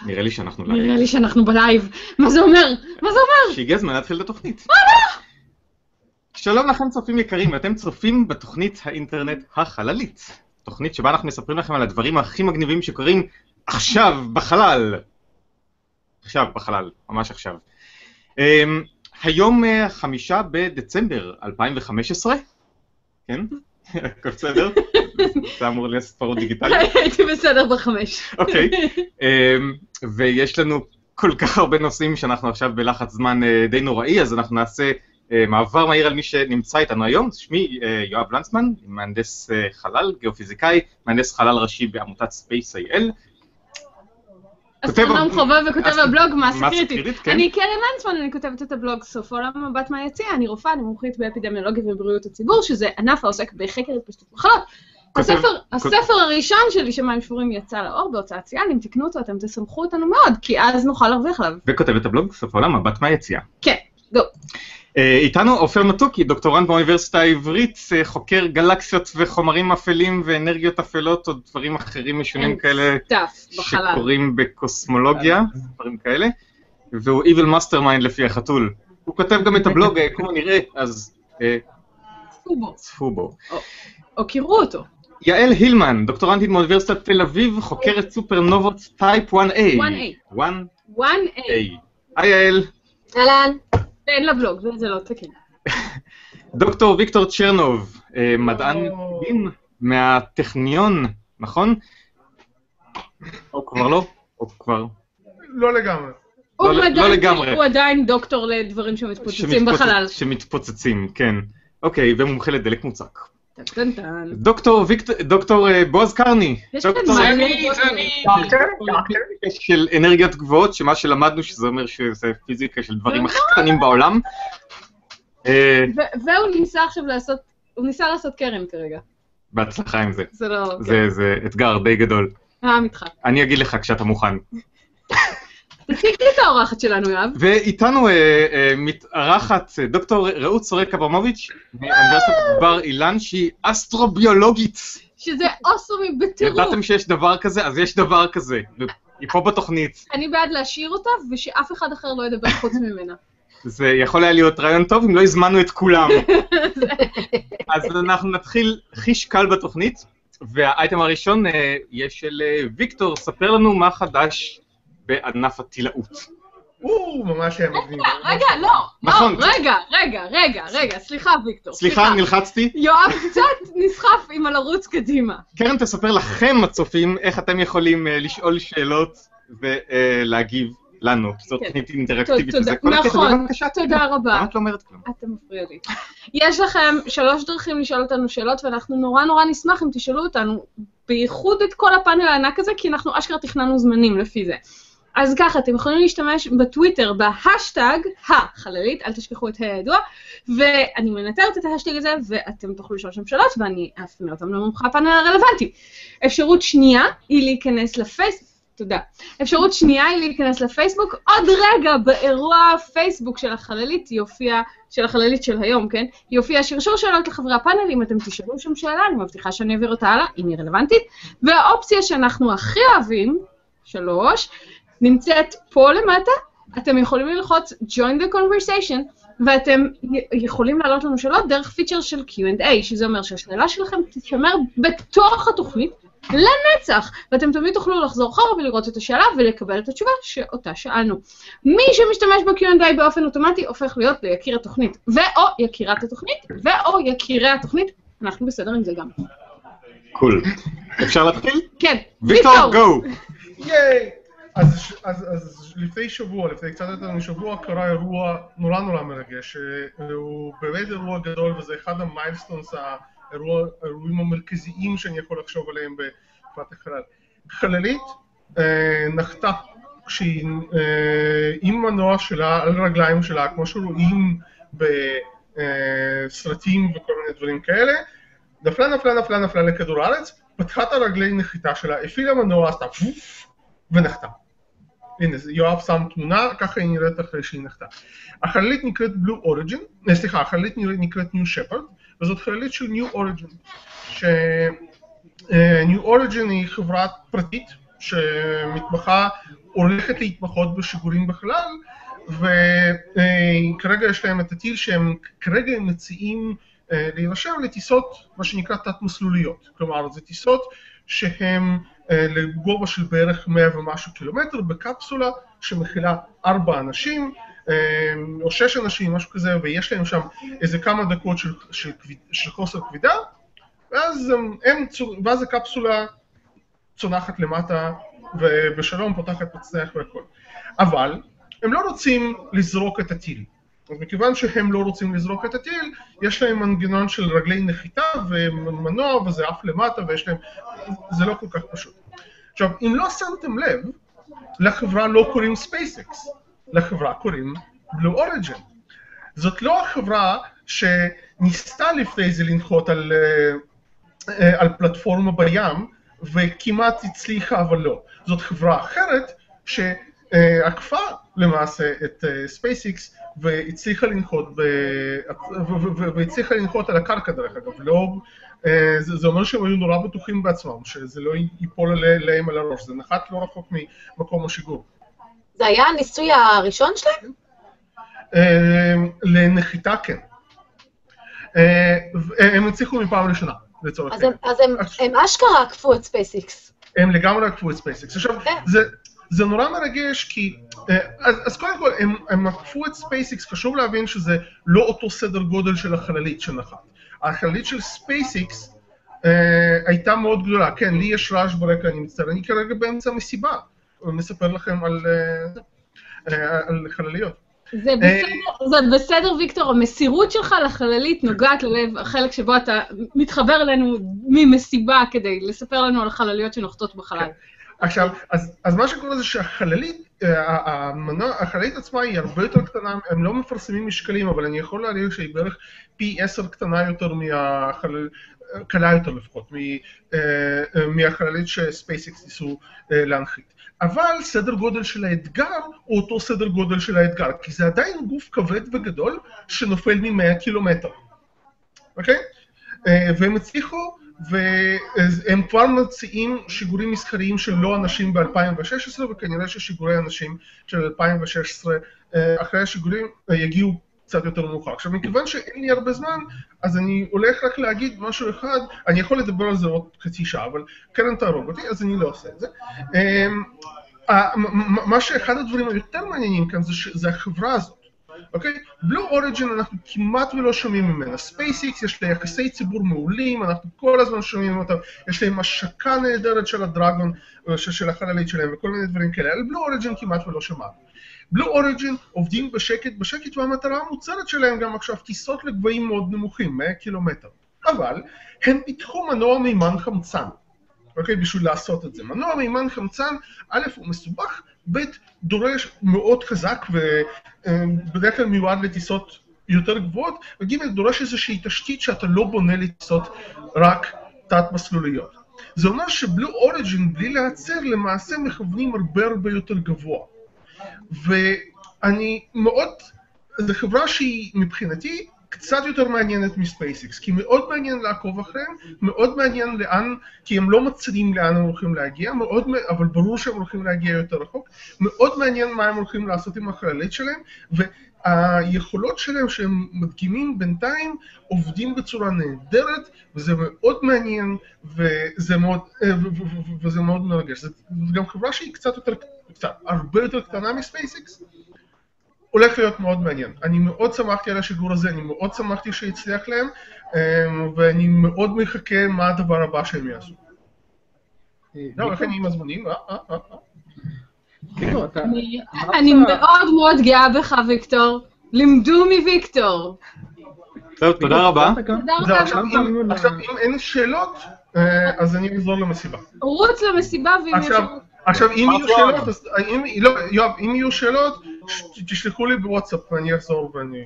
נראה לי שאנחנו לייב. נראה לי שאנחנו בלייב. מה זה אומר? מה זה אומר? שהגיע הזמן להתחיל את התוכנית. שלום לכם צופים יקרים, ואתם צופים בתוכנית האינטרנט החללית. תוכנית שבה אנחנו מספרים לכם על הדברים הכי מגניבים שקורים עכשיו בחלל. עכשיו בחלל, ממש עכשיו. היום 5 בדצמבר 2015. כן? הכל בסדר? זה אמור להיות ספרות דיגיטלית. הייתי בסדר ב5. אוקיי. ויש לנו כל כך הרבה נושאים שאנחנו עכשיו בלחץ זמן די נוראי, אז אנחנו נעשה מעבר מהיר על מי שנמצא איתנו היום. שמי יואב לנצמן, מהנדס חלל, גיאופיזיקאי, מהנדס חלל ראשי בעמותת Space.il. אסטרונום חובב וכותב בבלוג מסה קריטית. כן. אני קרן לנצמן, אני כותבת את הבלוג סוף העולם מבט מהיציע, אני רופאה, אני מומחית באפידמיולוגיה ובריאות הציבור, שזה ענף העוסק בחקר התפשטות מחלות. הספר הראשון שלי, שמים שבורים, יצא לאור בהוצאת ציון, אם תקנו אותו, אתם תשמחו אותנו מאוד, כי אז נוכל להרוויח עליו. וכותב את הבלוג סוף העולם מבט מהיציע. כן, גו. איתנו עופר מתוקי, דוקטורנט באוניברסיטה העברית, חוקר גלקסיות וחומרים אפלים ואנרגיות אפלות, או דברים אחרים משונים כאלה שקורים בקוסמולוגיה, דברים כאלה, והוא Evil Mastermind לפי החתול. הוא כותב גם את הבלוג, כמו נראה, אז צפו בו. או קירו אותו. יעל הילמן, דוקטורנטית מאוניברסיטת תל אביב, חוקרת סופרנובות טייפ 1A. 1A. היי יעל. אהלן. אין לבלוג, זה לא תקין. דוקטור ויקטור צ'רנוב, מדען מדהים מהטכניון, נכון? או כבר לא? או כבר? לא לגמרי. לא לגמרי. הוא עדיין דוקטור לדברים שמתפוצצים בחלל. שמתפוצצים, כן. אוקיי, ומומחה לדלק מוצק. טנטן. דוקטור בועז קרני. יש כאן מעניין. של אנרגיות גבוהות, שמה שלמדנו שזה אומר שזה פיזיקה של דברים הכי קטנים בעולם. והוא ניסה עכשיו לעשות, הוא ניסה לעשות קרן כרגע. בהצלחה עם זה. זה לא... זה אתגר די גדול. מתחל. אני אגיד לך כשאתה מוכן. תציג לי את האורחת שלנו, יואב. ואיתנו מתארחת דוקטור רעות סורק אברמוביץ' מאוניברסיטת בר אילן, שהיא אסטרוביולוגית. שזה אוסומי בטירוף. ידעתם שיש דבר כזה? אז יש דבר כזה. היא פה בתוכנית. אני בעד להשאיר אותה, ושאף אחד אחר לא ידבר חוץ ממנה. זה יכול היה להיות רעיון טוב אם לא הזמנו את כולם. אז אנחנו נתחיל חיש קל בתוכנית, והאייטם הראשון יהיה של ויקטור. ספר לנו מה חדש בענף הטילאות. ממש היה מגניב. רגע, לא, רגע, סליחה ויקטור. סליחה, נלחצתי. יואב קצת נסחף עם הלרוץ קדימה. קרן תספר לכם הצופים איך אתם יכולים לשאול שאלות ולהגיב לנו. זאת תוכנית אינטראקטיבית. נכון, תודה רבה. למה את לא אומרת כלום? אתה מפריע לי. יש לכם 3 דרכים לשאול אותנו שאלות, ואנחנו נורא נשמח אם תשאלו אותנו, בייחוד את כל הפאנל הענק הזה, כי אנחנו אשכרה תכננו זמנים לפי זה. אז ככה, אתם יכולים להשתמש בטוויטר, בהשטג החללית, אל תשכחו את הידוע, ואני מנטרת את ההשטג הזה, ואתם תוכלו לשאול שם שאלות, ואני אפנה אותם למומחה הפאנל הרלוונטי. אפשרות שנייה היא להיכנס לפייסבוק, תודה. אפשרות שנייה היא להיכנס לפייסבוק, עוד רגע באירוע הפייסבוק של החללית יופיע, של החללית של היום, כן? יופיע שרשור שאלות לחברי הפאנל, אם אתם תשאלו שם שאלה, אני מבטיחה שאני אעביר אותה הלאה, אם היא רלוונטית, והאופציה שאנחנו הכי אוהבים, 3, נמצאת פה למטה, אתם יכולים ללחוץ join the conversation, ואתם יכולים להעלות לנו שאלות דרך פיצ'ר של Q&A, שזה אומר שהשאלה שלכם תשמר בתוך התוכנית לנצח, ואתם תמיד תוכלו לחזור אחורה ולראות את השאלה ולקבל את התשובה שאותה שאלנו. מי שמשתמש ב-Q&A באופן אוטומטי הופך להיות ליקיר התוכנית, ואו יקירת התוכנית, ואו יקירי התוכנית, אנחנו בסדר עם זה גם. קול. אפשר להתחיל? כן. ויקטור, גו! ייי! אז לפני שבוע, לפני קצת יותר משבוע, קרה אירוע נורא מרגש. הוא באמת אירוע גדול, וזה אחד המיילסטונס, האירועים המרכזיים שאני יכול לחשוב עליהם בתקופת החלל. חללית נחתה כשהיא עם מנוע שלה על רגליים שלה, כמו שרואים בסרטים וכל מיני דברים כאלה, נפלה לכדור הארץ, פתחה את הרגלי נחיתה שלה, הפעילה מנוע, עשתה פוף ונחתה. הנה, יואב שם תמונה, ככה היא נראית אחרי שהיא נחתה. החללית נקראת החללית נקראת New Shepard, וזאת חללית של New Origin. New Origin היא חברה פרטית שמתמחה הולכת להתמחות בשיגורים בכלל, וכרגע יש להם את הטיל שהם כרגע מציעים להירשם לטיסות מה שנקרא תת-מסלוליות. כלומר, זה טיסות שהן לגובה של בערך 100 ומשהו קילומטר בקפסולה שמכילה 4 אנשים או 6 אנשים, משהו כזה, ויש להם שם איזה כמה דקות של חוסר כבידה, ואז הקפסולה צונחת למטה ובשלום פותחת מצנח והכל. אבל הם לא רוצים לזרוק את הטיל. אז מכיוון שהם לא רוצים לזרוק את הטיל, יש להם מנגנון של רגלי נחיתה ומנוע וזה אף למטה ויש להם, זה לא כל כך פשוט. עכשיו, אם לא שמתם לב, לחברה לא קוראים SpaceX, לחברה קוראים Blue Origin. זאת לא החברה שניסתה לפני זה לנחות על פלטפורמה בים, וכמעט הצליחה אבל לא. זאת חברה אחרת שעקפה למעשה את SpaceX והצליחה לנחות על הקרקע דרך אגב. לא, זה אומר שהם היו נורא בטוחים בעצמם, שזה לא ייפול להם על הראש, זה נחת לא רחוק ממקום השיגור. זה היה הניסוי הראשון שלהם? לנחיתה כן. הם הצליחו מפעם ראשונה. אז הם אשכרה עקפו את SpaceX. הם לגמרי עקפו את SpaceX. עכשיו, זה נורא מרגש כי, אז קודם כל, הם עקפו את SpaceX, חשוב להבין שזה לא אותו סדר גודל של החללית שנחת. החללית של SpaceX הייתה מאוד גדולה. כן, לי יש רעש ברקע, אני מצטער, אני כרגע באמצע מסיבה, ומספר לכם על חלליות. זה בסדר, ויקטור, המסירות שלך לחללית נוגעת ללב, החלק שבו אתה מתחבר אלינו ממסיבה כדי לספר לנו על חלליות שנוחתות בחלל. עכשיו, אז מה שקורה זה שהחללית, החללית עצמה היא הרבה יותר קטנה, הם לא מפרסמים משקלים, אבל אני יכול להעריך שהיא בערך פי 10 קטנה יותר קלה יותר לפחות, מהחללית שספייסיקס ניסו להנחית. אבל סדר גודל של האתגר הוא אותו סדר גודל של האתגר, כי זה עדיין גוף כבד וגדול שנופל מ-100 קילומטר. אוקיי? והם הצליחו, והם כבר מציעים שיגורים מסחריים של לא אנשים ב-2016, וכנראה ששיגורי אנשים של 2016 אחרי השיגורים יגיעו קצת יותר מאוחר. עכשיו, מכיוון שאין לי הרבה זמן, אז אני הולך רק להגיד משהו אחד, אני יכול לדבר על זה עוד חצי שעה, אבל קרן תהרוג אותי, אז אני לא עושה את זה. מה שאחד הדברים היותר מעניינים כאן זה החברה הזאת. אוקיי? בלו אוריג'ין אנחנו כמעט ולא שומעים ממנה. SpaceX יש לה יחסי ציבור מעולים, אנחנו כל הזמן שומעים אותם, יש להם השקה נהדרת של הדרגון, של החללית שלהם וכל מיני דברים כאלה, על בלו אוריג'ין כמעט ולא שמענו. בלו אוריג'ין עובדים בשקט, והמטרה המוצרת שלהם גם עכשיו טיסות לגבהים מאוד נמוכים, 100 קילומטר. אבל הם פיתחו מנוע מימן חמצן, אוקיי? בשביל לעשות את זה. מנוע מימן חמצן, א' הוא מסובך, ב' דורש מאוד חזק ובדרך כלל מיועד לטיסות יותר גבוהות, וג' דורש איזושהי תשתית שאתה לא בונה לטיסות רק תת-מסלוליות. זה אומר שבלו אוריג'ין בלי להיעצר למעשה מכוונים הרבה יותר גבוה. ואני מאוד, זו חברה שהיא מבחינתי קצת יותר מעניינת מספייסיקס, כי מאוד מעניין לעקוב אחריהם, מאוד מעניין לאן, כי הם לא מצרים לאן הם הולכים להגיע, אבל ברור שהם הולכים להגיע יותר רחוק, מאוד מעניין מה הם הולכים לעשות עם החללית שלהם, והיכולות שלהם שהם מדגימים בינתיים עובדים בצורה נהדרת, וזה מאוד מעניין, וזה מאוד מרגש. זו גם חברה שהיא הרבה יותר קטנה מספייסיקס, הולך להיות מאוד מעניין. אני מאוד שמחתי על השיגור הזה, אני מאוד שמחתי שהצליח להם, ואני מאוד מחכה מה הדבר הבא שהם יעשו. לא, איך אני עם הזמנים? אני מאוד גאה בך, ויקטור. לימדו מוויקטור. טוב, תודה רבה. עכשיו, אם אין שאלות, אז אני אחזור למסיבה. רוץ למסיבה ואם יש... עכשיו, אם יהיו שאלות, אז... יואב, אם יהיו שאלות, תשלחו לי בוואטסאפ ואני אחזור ואני...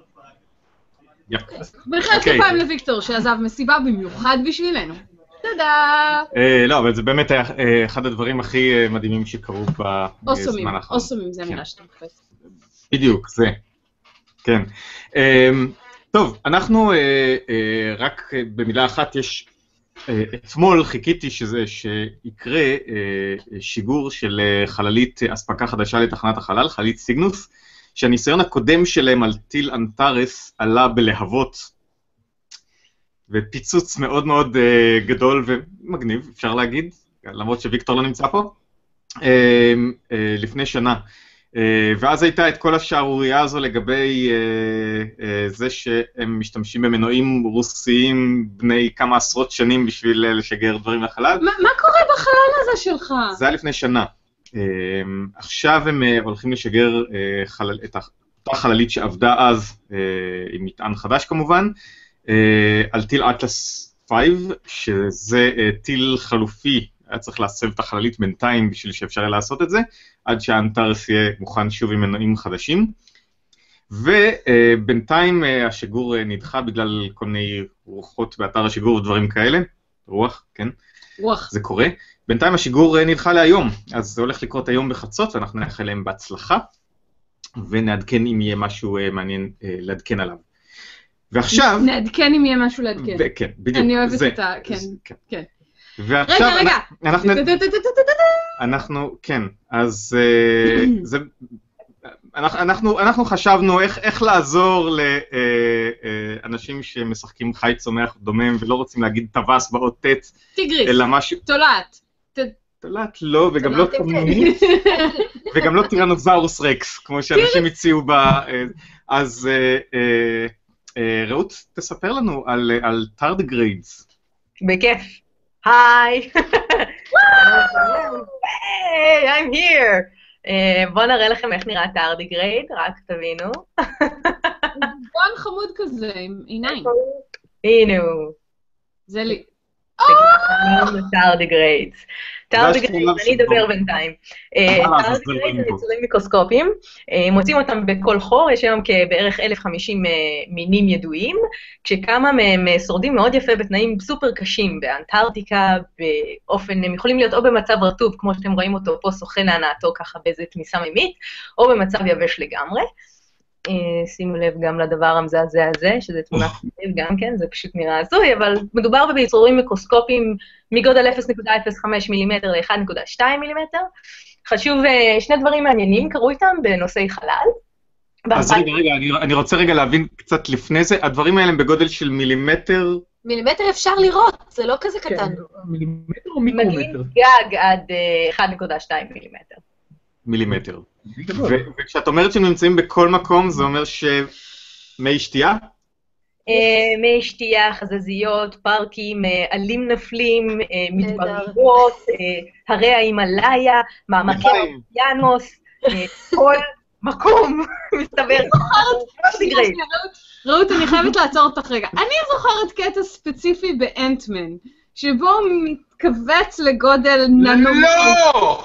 בהחלט כפיים לוויקטור שעזב מסיבה במיוחד בשבילנו. תודה! לא, אבל זה באמת היה אחד הדברים הכי מדהימים שקרו בזמן האחרון. אוסומים, זה המילה שאתה מחפש. בדיוק, זה. כן. טוב, אנחנו רק במילה אחת, יש אתמול חיכיתי שיקרה שיגור של חללית אספקה חדשה לתחנת החלל, חללית סיגנוס, שהניסיון הקודם שלהם על טיל אנטארס עלה בלהבות, ופיצוץ מאוד מאוד גדול ומגניב, אפשר להגיד, למרות שוויקטור לא נמצא פה, לפני שנה. ואז הייתה את כל השערורייה הזו לגבי זה שהם משתמשים במנועים רוסיים בני כמה עשרות שנים בשביל לשגר דברים לחלל. מה קורה בחלל הזה שלך? זה היה לפני שנה. עכשיו הם הולכים לשגר את אותה חללית שעבדה אז, עם מטען חדש כמובן, על טיל אטלס 5, שזה טיל חלופי, היה צריך להסב את החללית בינתיים בשביל שאפשר יהיה לעשות את זה, עד שהאנטארס יהיה מוכן שוב עם מנועים חדשים. ובינתיים השיגור נדחה בגלל כל מיני רוחות באתר השיגור ודברים כאלה. רוח, כן. רוח. זה קורה. בינתיים השיגור נדחה להיום, אז זה הולך לקרות היום בחצות, ואנחנו נאחל להם בהצלחה, ונעדכן אם יהיה משהו מעניין לעדכן עליו. ועכשיו... נעדכן אם יהיה משהו לעדכן. כן, בדיוק. אני אוהבת את ה... כן. ועכשיו רגע. אנחנו, כן, אז אנחנו חשבנו איך לעזור לאנשים שמשחקים חי צומח דומם ולא רוצים להגיד טווס באות טט. טיגריס, תולעת. תולעת לא, וגם לא תמונית, וגם לא טירנוזאורוס רקס, כמו שאנשים הציעו אז רעות, תספר לנו על טרדיגריידס. בכיף. היי! היי, I'm here! בואו נראה לכם איך נראה טרדיגרייד, רק תבינו. בואן חמוד כזה, עם עיניים. הנה הוא. זה לי. טרדיגרייד. טרדיגרייד, אני אדבר בינתיים. טרדיגרייד זה יצורים מיקרוסקופיים, מוצאים אותם בכל חור, יש היום בערך 1,050 מינים ידועים, כשכמה מהם שורדים מאוד יפה בתנאים סופר קשים, באנטארקטיקה, באופן, הם יכולים להיות או במצב רטוב, כמו שאתם רואים אותו פה סוכן להנאתו ככה באיזה תמיסה מימית, או במצב יבש לגמרי. שימו לב גם לדבר המזעזע הזה, שזה תמונת לב גם כן, זה פשוט נראה הזוי, אבל מדובר ביצורים מיקרוסקופיים מגודל 0.05 מילימטר ל-1.2 מילימטר. חשוב, שני דברים מעניינים קרו איתם בנושאי חלל. אז רגע, אני רוצה רגע להבין קצת לפני זה, הדברים האלה הם בגודל של מילימטר? מילימטר אפשר לראות, זה לא כזה קטן. מילימטר או מיקרומטר? מגיעים גג עד 1.2 מילימטר. מילימטר. וכשאת אומרת שהם נמצאים בכל מקום, זה אומר שמי שתייה? מי שתייה, חזזיות, פארקים, עלים נפלים, מדבריות, הרי ההימאליה, מעמקי האוקיינוס, כל מקום מסתבר. רעות, אני חייבת לעצור אותך רגע. אני זוכרת קטע ספציפי באנטמן, שבו הוא מתכווץ לגודל ננו... לא!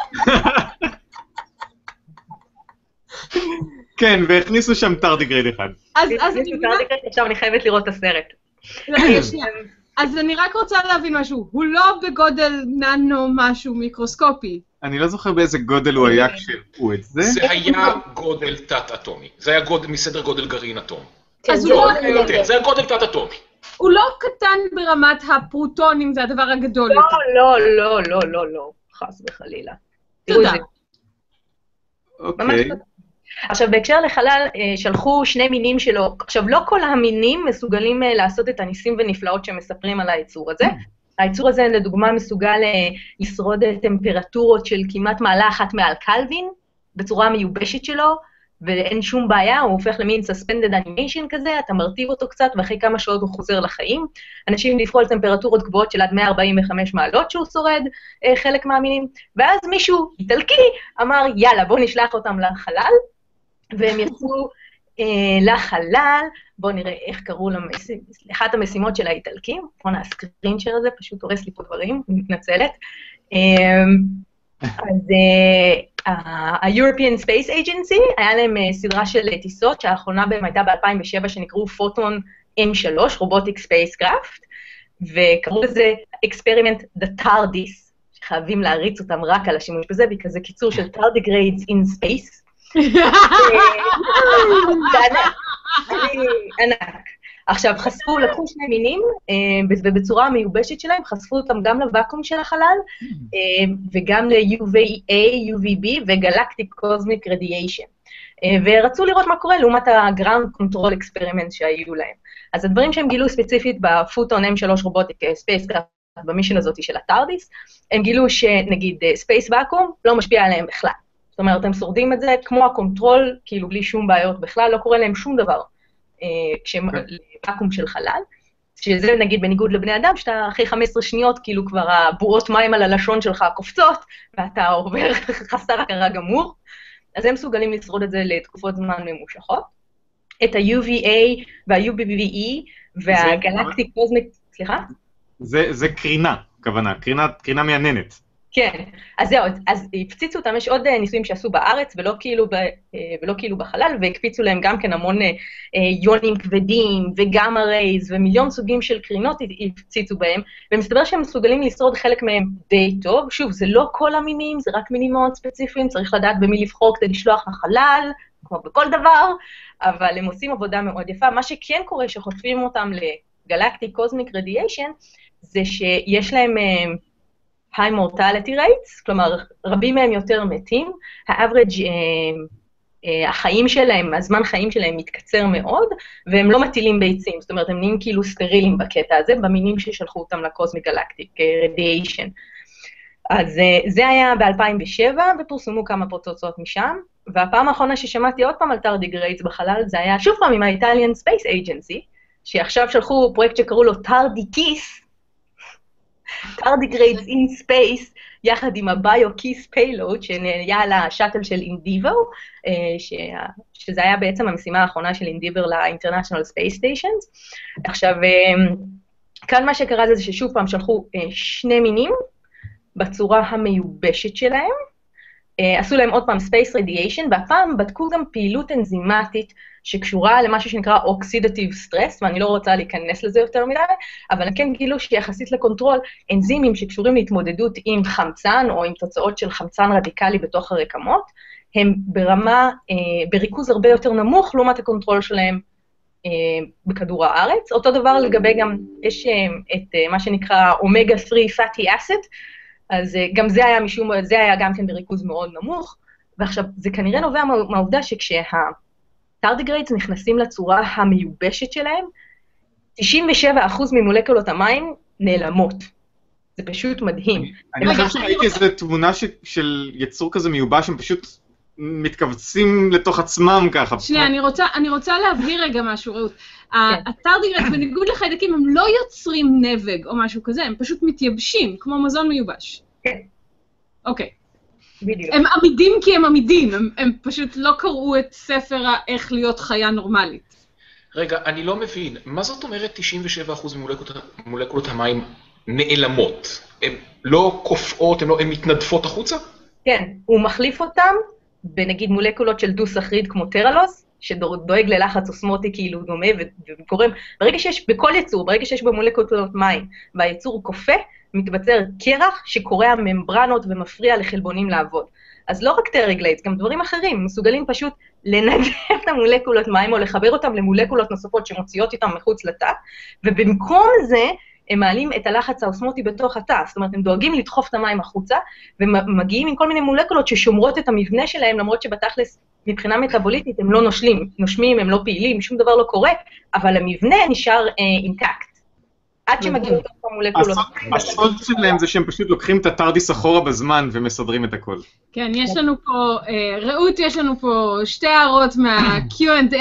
כן, והכניסו שם טרדיגרייד אחד. עכשיו אני חייבת לראות את הסרט. אז אני רק רוצה להבין משהו, הוא לא בגודל ננו משהו מיקרוסקופי. אני לא זוכר באיזה גודל הוא היה כשהראו את זה. זה היה גודל תת-אטומי, זה היה מסדר גודל גרעין אטום. זה היה גודל תת-אטומי. הוא לא קטן ברמת הפרוטונים, זה הדבר הגדול. לא, חס וחלילה. תודה. אוקיי. עכשיו, בהקשר לחלל, שלחו שני מינים שלו. עכשיו, לא כל המינים מסוגלים לעשות את הניסים ונפלאות שמספרים על היצור הזה. היצור הזה, לדוגמה, מסוגל לשרוד טמפרטורות של כמעט מעלה אחת מעל קלווין, בצורה המיובשת שלו, ואין שום בעיה, הוא הופך למין suspended animation כזה, אתה מרטיב אותו קצת, ואחרי כמה שעות הוא חוזר לחיים. אנשים דיווחו על טמפרטורות גבוהות של עד 145 מעלות שהוא שורד חלק מהמינים, ואז מישהו איטלקי אמר, יאללה, בוא נשלח אותם לחלל, והם יצאו לחלל, בואו נראה איך קראו לאחת המשימות של האיטלקים, נכון, הסקרינצ'ר הזה פשוט הורס לי פה דברים, אני מתנצלת. אז ה-European Space Agency, היה להם סדרה של טיסות, שהאחרונה בהם הייתה ב-2007, שנקראו פוטון M3, Robotic Spacecraft, וקראו לזה Experiment the TARDIS, שחייבים להריץ אותם רק על השימוש בזה, בכזה קיצור של Tardigrades in Space. זה ענק. עכשיו, לקחו שני מינים, ובצורה המיובשת שלהם, חשפו אותם גם לוואקום של החלל, וגם ל-UVA, UVB וגלקטיק קוזמיק רדיאשן. ורצו לראות מה קורה לעומת ה-Ground Control Experiment שהיו להם. אז הדברים שהם גילו ספציפית בפוטון M3 רובוטיק ספייסקראפט, במישן הזאת של הטרדיס, הם גילו שנגיד ספייס ואקום לא משפיע עליהם בכלל. זאת אומרת, הם שורדים את זה כמו הקונטרול, כאילו בלי שום בעיות בכלל, לא קורה להם שום דבר כשהם ואקום של חלל, שזה נגיד בניגוד לבני אדם, שאתה אחרי 15 שניות, כאילו כבר הבועות מים על הלשון שלך קופצות, ואתה עובר חסר הכרה גמור, אז הם מסוגלים לשרוד את זה לתקופות זמן ממושכות. את ה-UVA וה-UVBE והגלקטיק קוזמיק, סליחה? זה קרינה, כוונה, קרינה מעניינת. כן, אז זהו, אז הפציצו אותם, יש עוד ניסויים שעשו בארץ, ולא כאילו בחלל, והקפיצו להם גם כן המון יונים כבדים, וגאמה רייז, ומיליון סוגים של קרינות הפציצו בהם, ומסתבר שהם מסוגלים לשרוד חלק מהם די טוב. שוב, זה לא כל המינים, זה רק מינים מאוד ספציפיים, צריך לדעת במי לבחור כדי לשלוח לחלל, כמו בכל דבר, אבל הם עושים עבודה מאוד יפה. מה שכן קורה שחוטפים אותם לגלקטיק קוזמיק רדיאשן, זה שיש להם high mortality rates, כלומר, רבים מהם יותר מתים, ה-average, החיים שלהם, הזמן חיים שלהם מתקצר מאוד, והם לא מטילים ביצים, זאת אומרת, הם נהיים כאילו סטרילים בקטע הזה, במינים ששלחו אותם לקוזמיק גלקטיק רדיאשן. אז זה היה ב-2007, ופורסמו כמה פרוצוצות משם, והפעם האחרונה ששמעתי עוד פעם על טרדיגריידס בחלל, זה היה שוב פעם עם ה-Italian Space Agency, שעכשיו שלחו פרויקט שקראו לו טרדיקיס, טרדיגריידס אין ספייס, יחד עם ה-BioKiss Payload, שנהיה על השאטל של אינדיבו, שזה היה בעצם המשימה האחרונה של אינדיבר ל-International Space Stations. עכשיו, כאן מה שקרה זה ששוב פעם שלחו שני מינים, בצורה המיובשת שלהם, עשו להם עוד פעם Space Radiation, והפעם בדקו גם פעילות אנזימטית שקשורה למשהו שנקרא Oxidative Stress, ואני לא רוצה להיכנס לזה יותר מדי, אבל כן גילו שיחסית לקונטרול, אנזימים שקשורים להתמודדות עם חמצן, או עם תוצאות של חמצן רדיקלי בתוך הרקמות, הם בריכוז הרבה יותר נמוך, לעומת הקונטרול שלהם בכדור הארץ. אותו דבר לגבי גם, יש את מה שנקרא Omega 3 Fatty Acid, אז גם זה היה גם כן בריכוז מאוד נמוך, ועכשיו, זה כנראה נובע מהעובדה טרדיגריידס נכנסים לצורה המיובשת שלהם, 97% ממולקולות המים נעלמות. זה פשוט מדהים. אני חושב שראיתי איזו תמונה של יצור כזה מיובש, הם פשוט מתכווצים לתוך עצמם ככה. שנייה, אני רוצה להבהיר רגע משהו, רעות. הטרדיגריידס, בניגוד לחיידקים, הם לא יוצרים נבג או משהו כזה, הם פשוט מתייבשים, כמו מזון מיובש. כן. אוקיי. בדיוק. הם עמידים כי הם עמידים, הם פשוט לא קראו את ספר איך להיות חיה נורמלית. רגע, אני לא מבין, מה זאת אומרת 97% ממולקולות המים נעלמות? הן לא קופאות, הן מתנדפות החוצה? כן, הוא מחליף אותם בנגיד מולקולות של דו-סחריד כמו טרלוס, שדואג ללחץ אוסמוטי כאילו דומה וגורם, ברגע שיש, בכל יצור, ברגע שיש במולקולות מים והיצור קופה, מתבצר קרח שקורע ממברנות ומפריע לחלבונים לעבוד. אז לא רק טרדיגריידס, גם דברים אחרים, מסוגלים פשוט לנגב את המולקולות מים או לחבר אותם למולקולות נוספות שמוציאות איתם מחוץ לתא, ובמקום זה הם מעלים את הלחץ האוסמוטי בתוך התא, זאת אומרת, הם דואגים לדחוף את המים החוצה, ומגיעים עם כל מיני מולקולות ששומרות את המבנה שלהם, למרות שבתכלס מבחינה מטאבוליטית הם לא נושמים, הם לא פעילים, שום דבר לא קורה, אבל המבנה נשאר אינטקט. עד שמגיעים את המולקולות. הסוד שלהם זה שהם פשוט לוקחים את הטרדיס אחורה בזמן ומסדרים את הכל. כן, יש לנו פה, רעות, יש לנו פה 2 הערות מה-Q&A.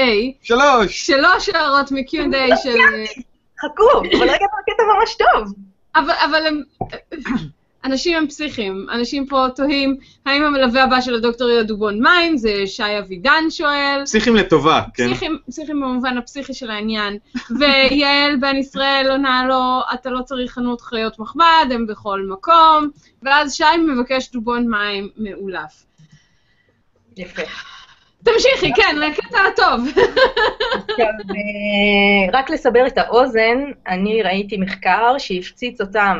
3 הערות מ-Q&A של... חכו, אבל רגע בקטע ממש טוב. אבל הם... אנשים הם פסיכים, אנשים פה תוהים, האם המלווה הבא של הדוקטור יהיה דובון מים, זה שי אבידן שואל. פסיכים לטובה, כן. פסיכים במובן הפסיכי של העניין. ויעל בן ישראל עונה לו, אתה לא צריך חנות חיות מחמד, הם בכל מקום, ואז שי מבקש דובון מים מאולף. יפה. תמשיכי, כן, לקטע הטוב. עכשיו, רק לסבר את האוזן, אני ראיתי מחקר שהפציץ אותם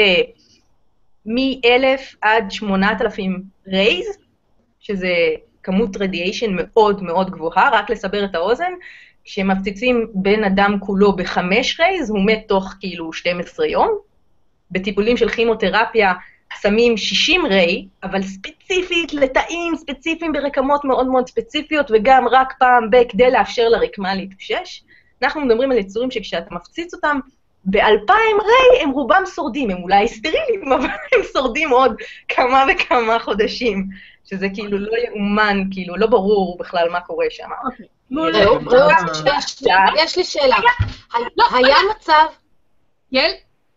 מ-1,000 עד 8,000 רייז, שזה כמות רדיאשן מאוד מאוד גבוהה, רק לסבר את האוזן, כשמפציצים בן אדם כולו ב5 רייז, הוא מת תוך כאילו 12 יום. בטיפולים של כימותרפיה שמים 60 ריי, אבל ספציפית לתאים ספציפיים ברקמות מאוד מאוד ספציפיות, וגם רק פעם כדי לאפשר לרקמה להתאושש. אנחנו מדברים על יצורים שכשאתה מפציץ אותם ב2,000 ריי, הם רובם שורדים, הם אולי סטרילים, אבל הם שורדים עוד כמה וכמה חודשים, שזה כאילו לא יאומן, כאילו לא ברור בכלל מה קורה שם. יש לי שאלה. היה מצב... יעל?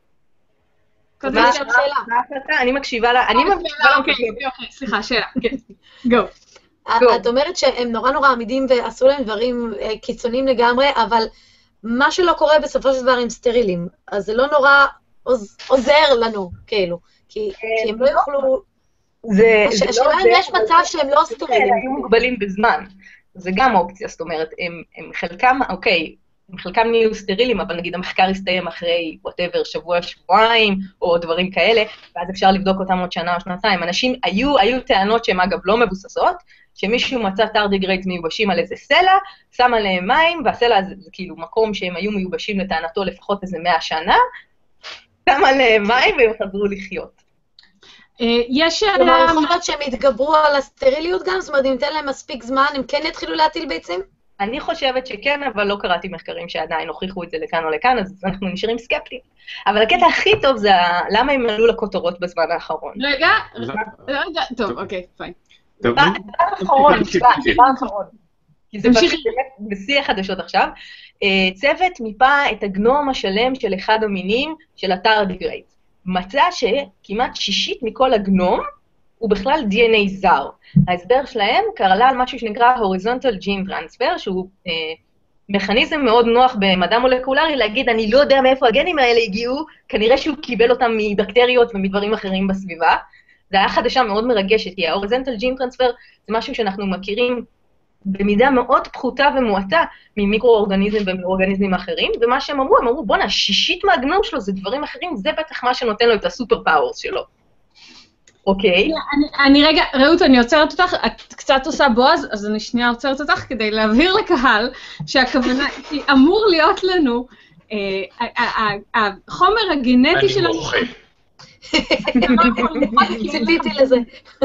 אני מקשיבה לה, אוקיי, סליחה, שאלה, כן, גו. את אומרת שהם נורא עמידים ועשו להם דברים קיצוניים לגמרי, אבל מה שלא קורה בסופו של דבר עם סטרילים, אז זה לא נורא עוזר לנו, כאילו, כי הם לא יוכלו... השאלה אם יש מצב שהם לא סטרילים. הם היו מוגבלים בזמן, זה גם אופציה, זאת אומרת, הם חלקם, אוקיי, חלקם נהיו סטרילים, אבל נגיד המחקר יסתיים אחרי whatever, שבוע, שבועיים, או דברים כאלה, ואז אפשר לבדוק אותם עוד שנה או שנתיים. אנשים, היו טענות שהן אגב לא מבוססות, שמישהו מצא טרדיגריידס מיובשים על איזה סלע, שם עליהם מים, והסלע זה כאילו מקום שהם היו מיובשים לטענתו לפחות איזה 100 שנה, שם עליהם מים והם חזרו לחיות. יש... כלומר, יכול להיות שהם יתגברו על הסטריליות גם? זאת אומרת, אם ניתן להם מספיק זמן, הם כן יתחילו להטיל ביצים? אני חושבת שכן, אבל לא קראתי מחקרים שעדיין הוכיחו את זה לכאן או לכאן, אז אנחנו נשארים סקפטיים. אבל הקטע הכי טוב זה למה הם עלו לכותרות בזמן האחרון. רגע, טוב, אוקיי, פיין. דבר אחרון. כי זה באמת בשיא החדשות עכשיו. צוות מיפה את הגנום השלם של אחד המינים של הטרדיגרייד. מצא שכמעט 1/6 מכל הגנום, הוא בכלל DNA זר. ההסבר שלהם קרלה על משהו שנקרא Horizontal Gene Transfer, שהוא מכניזם מאוד נוח במדע מולקולרי, להגיד, אני לא יודע מאיפה הגנים האלה הגיעו, כנראה שהוא קיבל אותם מבקטריות ומדברים אחרים בסביבה. זה היה חדשה מאוד מרגשת, כי ה-Horizontal Gene Transfer זה משהו שאנחנו מכירים במידה מאוד פחותה ומועטה ממיקרו-אורגניזם ומאורגניזמים אחרים, ומה שהם אמרו, בוא'נה, 1/6 מהגנום שלו זה דברים אחרים, זה בטח מה שנותן לו את הסופר פאוורס שלו. אוקיי. אני רגע, רעות, אני עוצרת אותך, את קצת עושה בועז, אז אני שנייה עוצרת אותך כדי להבהיר לקהל שהכוונה היא אמור להיות לנו, החומר הגנטי שלנו... אני מוחה. ציפיתי לזה.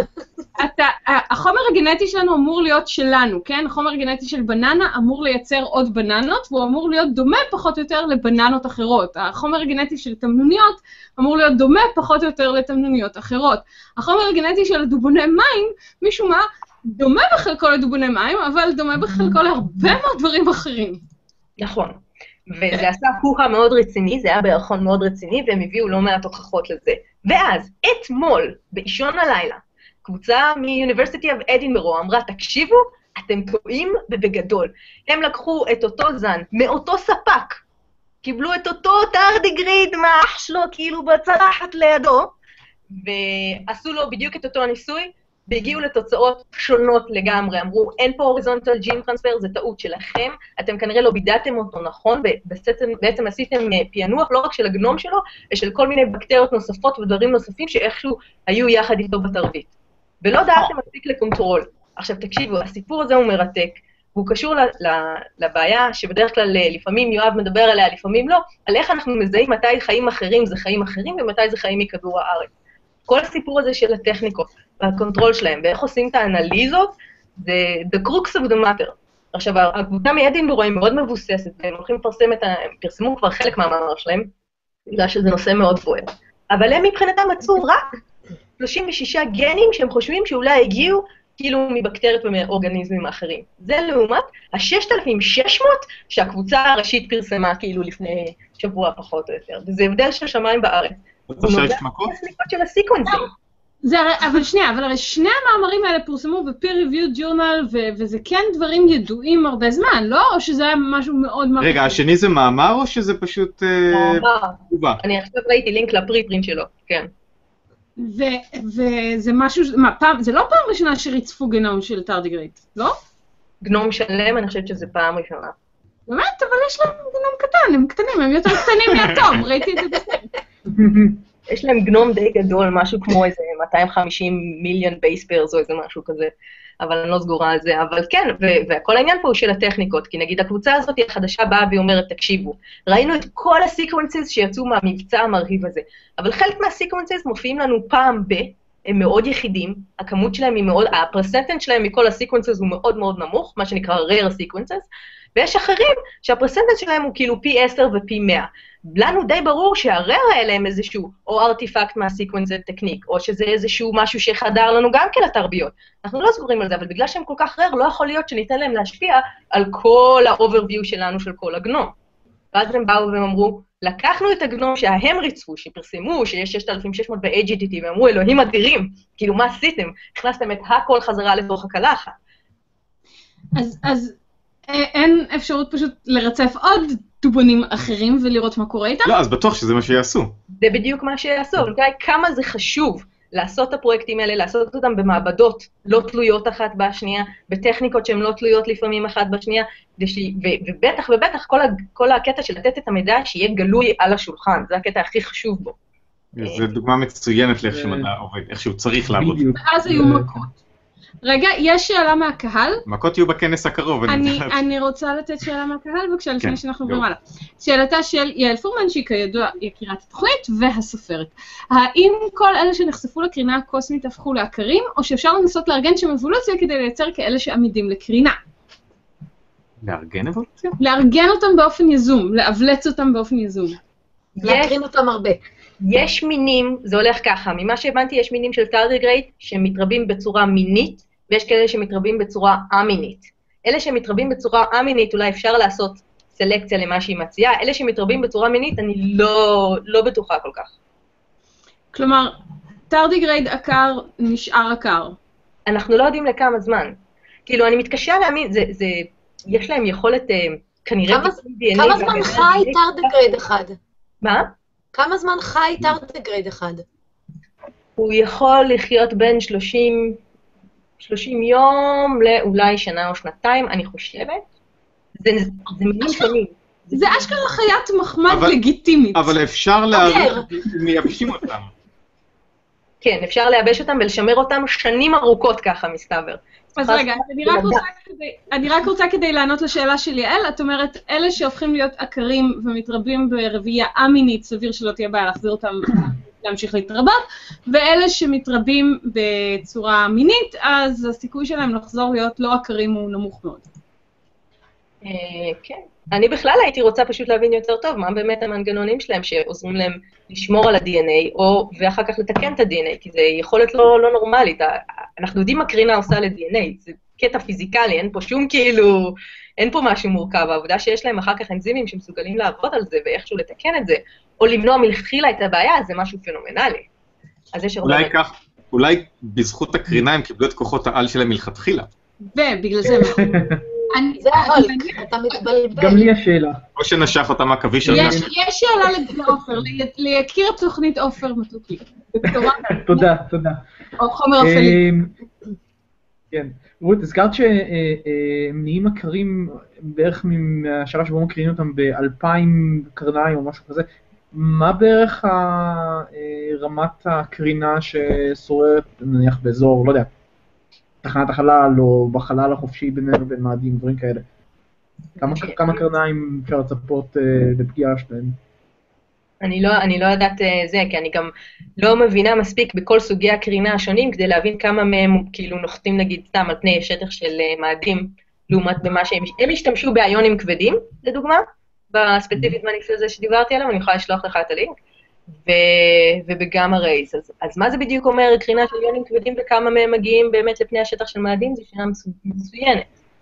החומר הגנטי שלנו אמור להיות שלנו, כן? החומר הגנטי של בננה אמור לייצר עוד בננות, והוא אמור להיות דומה פחות או יותר לבננות אחרות. החומר הגנטי של תמנוניות אמור להיות דומה פחות או יותר לתמנוניות אחרות. החומר הגנטי של דובוני מים, משום מה, דומה בחלקו לדובוני מים, אבל דומה בחלקו להרבה מאוד דברים אחרים. נכון. וזה עשה הוכה מאוד רציני, זה היה בערכון מאוד רציני, והם הביאו לא מעט הוכחות לזה. ואז, אתמול, באישון הלילה, קבוצה מ-University of Edinburgh אמרה, תקשיבו, אתם טועים ובגדול. הם לקחו את אותו זן, מאותו ספק, קיבלו את אותו טרדיגרייד מהאח שלו, כאילו בצלחת לידו, ועשו לו בדיוק את אותו הניסוי, והגיעו לתוצאות שונות לגמרי, אמרו, אין פה הוריזונטל ג'ין טרנספר, זה טעות שלכם, אתם כנראה לא בידעתם אותו נכון, ובעצם עשיתם פענוח לא רק של הגנום שלו, ושל כל מיני בקטריות נוספות ודברים נוספים שאיכשהו היו יחד איתו בתרבית. ולא דאגתם מספיק לקונטרול. עכשיו תקשיבו, הסיפור הזה הוא מרתק, והוא קשור לבעיה שבדרך כלל לפעמים יואב מדבר עליה, לפעמים לא, על איך אנחנו מזהים מתי חיים אחרים זה חיים אחרים, ומתי זה חיים מכדור הארץ. כל הסיפור הזה של הטכניקות, והקונטרול שלהם, ואיך עושים את האנליזות, זה the crux of the matter. עכשיו, הקבוצה מאדינבורו היא מאוד מבוססת, והם הולכים לפרסם הם פרסמו כבר חלק מהמאמר שלהם, בגלל שזה נושא מאוד בוער. אבל הם מבחינתם מצאו רק 36 גנים שהם חושבים שאולי הגיעו כאילו מבקטריות ומאורגניזמים האחרים. זה לעומת ה-6,600 שהקבוצה הראשית פרסמה כאילו לפני שבוע פחות או יותר, וזה הבדל של שמיים בארץ. זה נובע מהסליקות של הסיקוונסים. אבל שנייה, אבל הרי שני המאמרים האלה פורסמו ב-peer-reviewed journal, וזה כן דברים ידועים הרבה זמן, לא? או שזה היה משהו מאוד... רגע, השני זה מאמר או שזה פשוט... מאמר. אני עכשיו ראיתי לינק לפריפרינט שלו, כן. וזה משהו... זה לא פעם ראשונה שריצפו גנום של טרדיגרייד, לא? גנום שלם, אני חושבת שזה פעם ראשונה. באמת, אבל יש להם גנום קטן, הם קטנים, הם יותר קטנים מהטוב, ראיתי את זה בסדר. יש להם גנום די גדול, משהו כמו איזה 250 מיליון בייס פיירס או איזה משהו כזה, אבל אני לא סגורה על זה, אבל כן, וכל העניין פה הוא של הטכניקות, כי נגיד הקבוצה הזאת החדשה באה והיא אומרת, תקשיבו, ראינו את כל הסיקוונסס שיצאו מהמבצע המרהיב הזה, אבל חלק מהסיקוונסס מופיעים לנו פעם הם מאוד יחידים, הכמות שלהם היא מאוד, הפרסנטנט שלהם מכל הסיקוונסס הוא מאוד מאוד נמוך, מה שנקרא rare sequences, ויש אחרים שהפרסנטנט שלהם הוא כאילו פי 10 ופי 100. לנו די ברור שהרר האלה הם איזשהו או ארטיפקט מהסיקוונס טכניק, או שזה איזשהו משהו שחדר לנו גם כן לתרביות. אנחנו לא סגורים על זה, אבל בגלל שהם כל כך רר, לא יכול להיות שניתן להם להשפיע על כל ה-overview שלנו של כל הגנום. ואז הם באו והם אמרו, לקחנו את הגנום שהם ריצפו, שפרסמו, שיש 6,600 ב-AGTT, והם אמרו, אלוהים אדירים, כאילו מה עשיתם? הכנסתם את הכל חזרה לתוך הקלחת. אז אין אפשרות פשוט לרצף עוד דובונים אחרים ולראות מה קורה איתם? לא, אז בטוח שזה מה שיעשו. זה בדיוק מה שיעשו. כמה זה חשוב לעשות את הפרויקטים האלה, לעשות אותם במעבדות לא תלויות אחת בשנייה, בטכניקות שהן לא תלויות לפעמים אחת בשנייה, ובטח ובטח כל הקטע של לתת את המידע שיהיה גלוי על השולחן, זה הקטע הכי חשוב בו. זו דוגמה מצוינת לאיך שמדע עובד, איך שהוא צריך לעבוד. ואז היו מכות. רגע, יש שאלה מהקהל? מכות יהיו בכנס הקרוב. אני רוצה לתת שאלה מהקהל, בבקשה, לפני שאנחנו עוברים הלאה. שאלתה של יעל פורמן, שהיא כידוע יקירת התוכנית והסופרת. האם כל אלה שנחשפו לקרינה הקוסמית הפכו לעקרים, או שאפשר לנסות לארגן שם אבולוציה כדי לייצר כאלה שעמידים לקרינה? לארגן אבולוציה? לארגן אותם באופן יזום, לאבלץ אותם באופן יזום. להקרין אותם הרבה. יש מינים, זה הולך ככה, ממה שהבנתי יש מינים של טרדיגרייד שמתרבים בצורה מינית, ויש כאלה שמתרבים בצורה א-מינית. אלה שמתרבים בצורה א-מינית אולי אפשר לעשות סלקציה למה שהיא מציעה, אלה שמתרבים בצורה מינית אני לא בטוחה כל כך. כלומר, טרדיגרייד עקר נשאר עקר. אנחנו לא יודעים לכמה זמן. כאילו, אני מתקשה להאמין, יש להם יכולת כנראה... כמה זמן חי טרדיגרייד אחד? מה? כמה זמן חי טרדיגרייד אחד? הוא יכול לחיות בין 30 יום לאולי שנה או שנתיים, אני חושבת. זה מילים שונים. זה אשכרה חיית מחמד לגיטימית. אבל אפשר להעריך מייבשים אותם. כן, אפשר לייבש אותם ולשמר אותם שנים ארוכות ככה, מסתבר. אז רגע, אני רק רוצה כדי לענות לשאלה של יעל, את אומרת, אלה שהופכים להיות עקרים ומתרבים ברבייה א-מינית, סביר שלא תהיה בעיה להחזיר אותם להמשיך להתרבות, ואלה שמתרבים בצורה מינית, אז הסיכוי שלהם לחזור להיות לא עקרים הוא נמוך מאוד. כן. אני בכלל הייתי רוצה פשוט להבין יותר טוב מה באמת המנגנונים שלהם שעוזרים להם לשמור על ה-DNA, ואחר כך לתקן את ה-DNA, כי זה יכולת לא נורמלית. אנחנו יודעים מה קרינה עושה ל-DNA, זה קטע פיזיקלי, אין פה שום כאילו, אין פה משהו מורכב. העובדה שיש להם אחר כך אנזימים שמסוגלים לעבוד על זה ואיכשהו לתקן את זה, או למנוע מלכתחילה את הבעיה, זה משהו פנומנלי. אז יש הרבה... אולי בזכות הקרינה הם קיבלו את כוחות העל שלהם מלכתחילה. ובגלל זה... זה ההולק, אתה מתבלבל. גם לי השאלה. או שנשך אותה מהקווי של... יש שאלה לגבי עופר, להכיר תוכנית עופר מתוקי. תודה. או חומר אפלים. כן. רות, הזכרת שהם נהיים עקרים בערך מהשלב שבו מקרינים אותם ב-2000 קרניים או משהו כזה. מה בערך רמת הקרינה ששוררת, נניח באזור, לא יודע, תחנת החלל או בחלל החופשי בינינו בין מאדים, דברים כאלה? כמה קרניים אפשר לצפות לפגיעה שלהם? אני לא יודעת זה, כי אני גם לא מבינה מספיק בכל סוגי הקרינה השונים, כדי להבין כמה מהם כאילו נוחתים נגיד סתם על פני שטח של מאדים, לעומת במה שהם השתמשו באיונים כבדים, לדוגמה, בספציפית מהניסוי הזה שדיברתי עליו, אני יכולה לשלוח לך את הלינק, ובגמא רייז. אז מה זה בדיוק אומר, קרינה של איונים כבדים וכמה מהם מגיעים באמת לפני השטח של מאדים, זו שאלה מצוינת.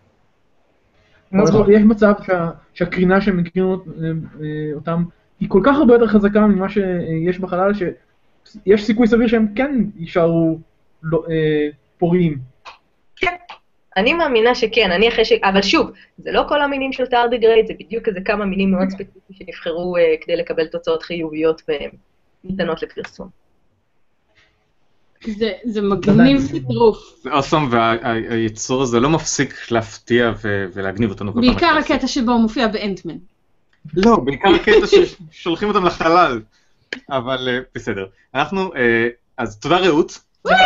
יש מצב שהקרינה שהם מכירים אותם, היא כל כך הרבה יותר חזקה ממה שיש בחלל, שיש סיכוי סביר שהם כן יישארו פוריים. כן, אני מאמינה שכן, אבל שוב, זה לא כל המינים של טרדיגרייד, זה בדיוק איזה כמה מינים מאוד ספציפיים שנבחרו כדי לקבל תוצאות חיוביות וניתנות לפרסום. זה מגניב טירוף. זה אוסם, והיצור הזה לא מפסיק להפתיע ולהגניב אותנו. בעיקר הקטע שבו הוא מופיע באנטמן. לא, בעיקר הקטע ששולחים אותם לחלל. אבל בסדר. אנחנו, אז תודה רעות.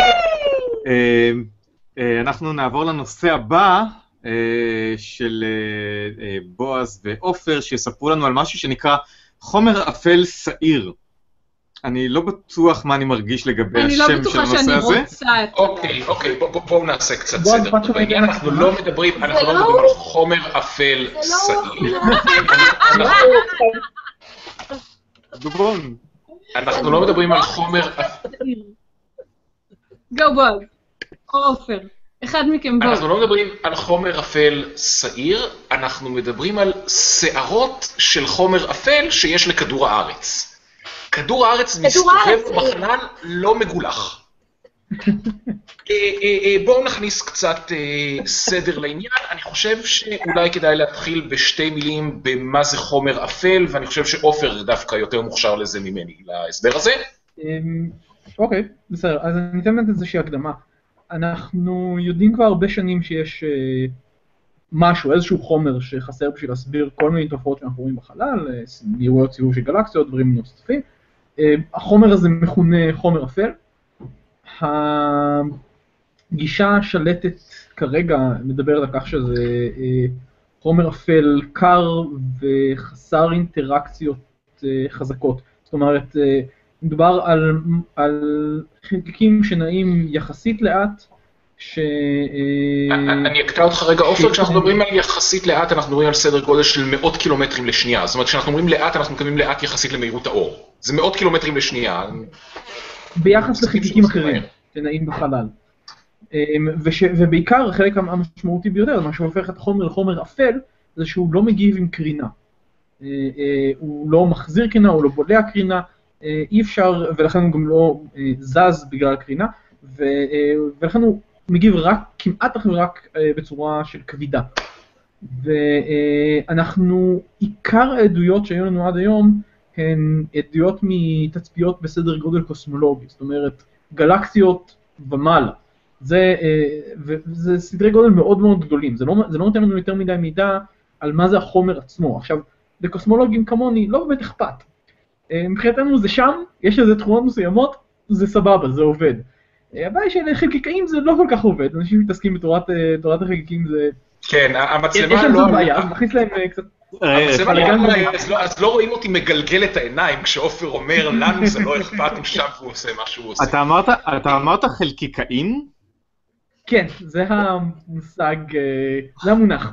אנחנו נעבור לנושא הבא של בועז ואופר, שיספרו לנו על משהו שנקרא חומר אפל שעיר. אני לא בטוח מה אני מרגיש לגבי השם של הנושא הזה. אני לא בטוחה שאני רוצה את זה. אוקיי, בואו נעשה קצת סדר. אנחנו לא מדברים על חומר אפל שעיר. אנחנו לא מדברים על חומר אפל. גו בועז, או עופר, אחד מכם בואו. אנחנו לא מדברים על חומר אפל שעיר, אנחנו מדברים על שערות של חומר אפל שיש לכדור הארץ. כדור הארץ מסתובב בחלל לא מגולח. בואו נכניס קצת סדר לעניין. אני חושב שאולי כדאי להתחיל בשתי מילים במה זה חומר אפל, ואני חושב שאופר דווקא יותר מוכשר לזה ממני, להסבר הזה. אוקיי, בסדר. אז אני אתן את איזושהי הקדמה. אנחנו יודעים כבר הרבה שנים שיש משהו, איזשהו חומר שחסר בשביל להסביר כל מיני תופעות שאנחנו רואים בחלל, מהירויות סיבוב של גלקסיות, דברים נוספים. החומר הזה מכונה חומר אפל. הגישה השלטת כרגע מדברת על כך שזה חומר אפל קר וחסר אינטראקציות חזקות. זאת אומרת, מדובר על חלקיקים שנעים יחסית לאט, אני אקטע אותך רגע, אופר, כשאנחנו מדברים על יחסית לאט, אנחנו מדברים על סדר גודל של מאות קילומטרים לשנייה. זאת אומרת, כשאנחנו אומרים לאט, אנחנו מקווים לאט יחסית למהירות האור. זה מאות קילומטרים לשנייה. ביחס לחלקיקים אחרים שנעים בחלל. ובעיקר החלק המשמעותי ביותר, מה שהופך את החומר לחומר אפל, זה שהוא לא מגיב עם קרינה. הוא לא מחזיר קרינה, הוא לא בולע קרינה, אי אפשר, ולכן הוא גם לא זז בגלל הקרינה, ולכן הוא מגיב כמעט רק בצורה של כבידה. ואנחנו, עיקר העדויות שהיו לנו עד היום, הן עדויות מתצפיות בסדר גודל קוסמולוגי, זאת אומרת, גלקסיות ומעלה. זה סדרי גודל מאוד מאוד גדולים, זה לא נותן לנו יותר מדי מידע על מה זה החומר עצמו. עכשיו, לקוסמולוגים כמוני לא באמת אכפת. מבחינתנו זה שם, יש לזה תכונות מסוימות, זה סבבה, זה עובד. הבעיה של חלקיקאים זה לא כל כך עובד, אנשים מתעסקים בתורת החלקיקים זה... כן, המצלמה יש להם זאת בעיה, אז מכניס להם קצת... אז לא רואים אותי מגלגל את העיניים כשאופר אומר לנו זה לא אכפת אם שם הוא עושה מה שהוא עושה. אתה אמרת חלקיקאים? כן, זה המושג, זה המונח.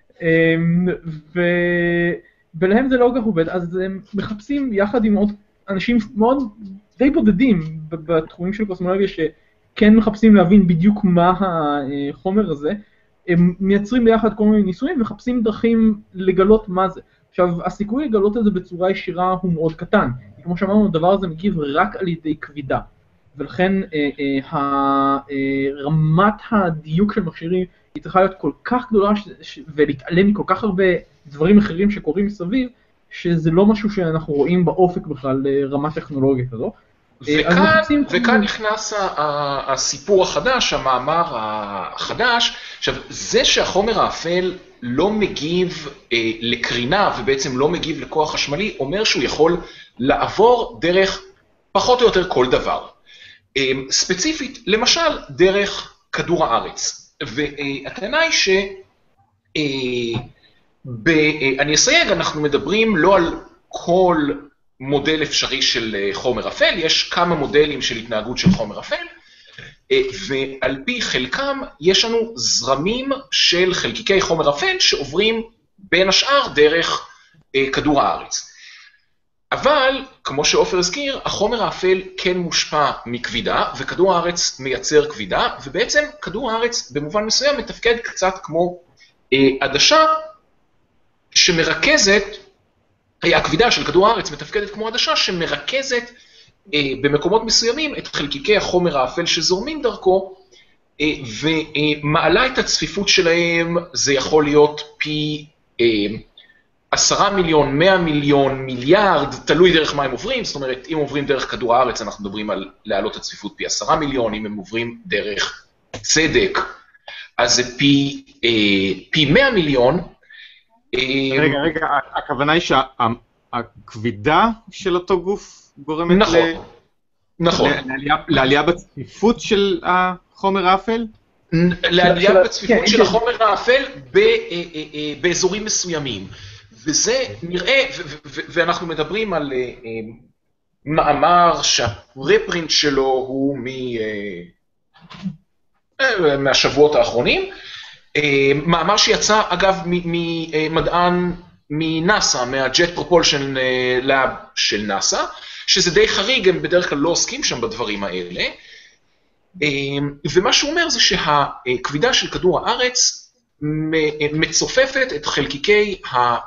ולהם זה לא כל כך עובד, אז הם מחפשים יחד עם עוד אנשים מאוד די בודדים בתחומים של קוסמולוגיה שכן מחפשים להבין בדיוק מה החומר הזה, הם מייצרים ביחד כל מיני ניסויים ומחפשים דרכים לגלות מה זה. עכשיו, הסיכוי לגלות את זה בצורה ישירה הוא מאוד קטן. כמו שאמרנו, הדבר הזה מגיב רק על ידי כבידה. ולכן רמת הדיוק של מכשירים היא צריכה להיות כל כך גדולה ולהתעלם מכל כך הרבה דברים אחרים שקורים מסביב, שזה לא משהו שאנחנו רואים באופק בכלל לרמה טכנולוגית כזו. וכאן נכנס הסיפור החדש, המאמר החדש. עכשיו, זה שהחומר האפל לא מגיב לקרינה ובעצם לא מגיב לכוח חשמלי, אומר שהוא יכול לעבור דרך פחות או יותר כל דבר. ספציפית, למשל, דרך כדור הארץ. והטענה היא אני אסייג, אנחנו מדברים לא על כל מודל אפשרי של חומר אפל, יש כמה מודלים של התנהגות של חומר אפל, ועל פי חלקם יש לנו זרמים של חלקיקי חומר אפל שעוברים בין השאר דרך כדור הארץ. אבל, כמו שאופר הזכיר, החומר האפל כן מושפע מכבידה, וכדור הארץ מייצר כבידה, ובעצם כדור הארץ במובן מסוים מתפקד קצת כמו עדשה שמרכזת, הכבידה של כדור הארץ מתפקדת כמו עדשה שמרכזת במקומות מסוימים את חלקיקי החומר האפל שזורמים דרכו, ומעלה את הצפיפות שלהם. זה יכול להיות פי 10 מיליון, 100 מיליון, מיליארד, תלוי דרך מה הם עוברים. זאת אומרת, אם עוברים דרך כדור הארץ, אנחנו מדברים על להעלות את הצפיפות פי 10 מיליון, אם הם עוברים דרך צדק, אז זה פי 100 מיליון. רגע, הכוונה היא הכבידה של אותו גוף גורמת נכון. לעלייה בצפיפות של החומר האפל? לעלייה בצפיפות של החומר האפל באזורים מסוימים. וזה נראה, ואנחנו מדברים על מאמר שהרפרינט שלו הוא מהשבועות האחרונים, מאמר שיצא אגב ממדען מנאסא, מהג'ט פרופולשן לאב של נאסא, שזה די חריג, הם בדרך כלל לא עוסקים שם בדברים האלה, ומה שהוא אומר זה שהכבידה של כדור הארץ מצופפת את חלקיקי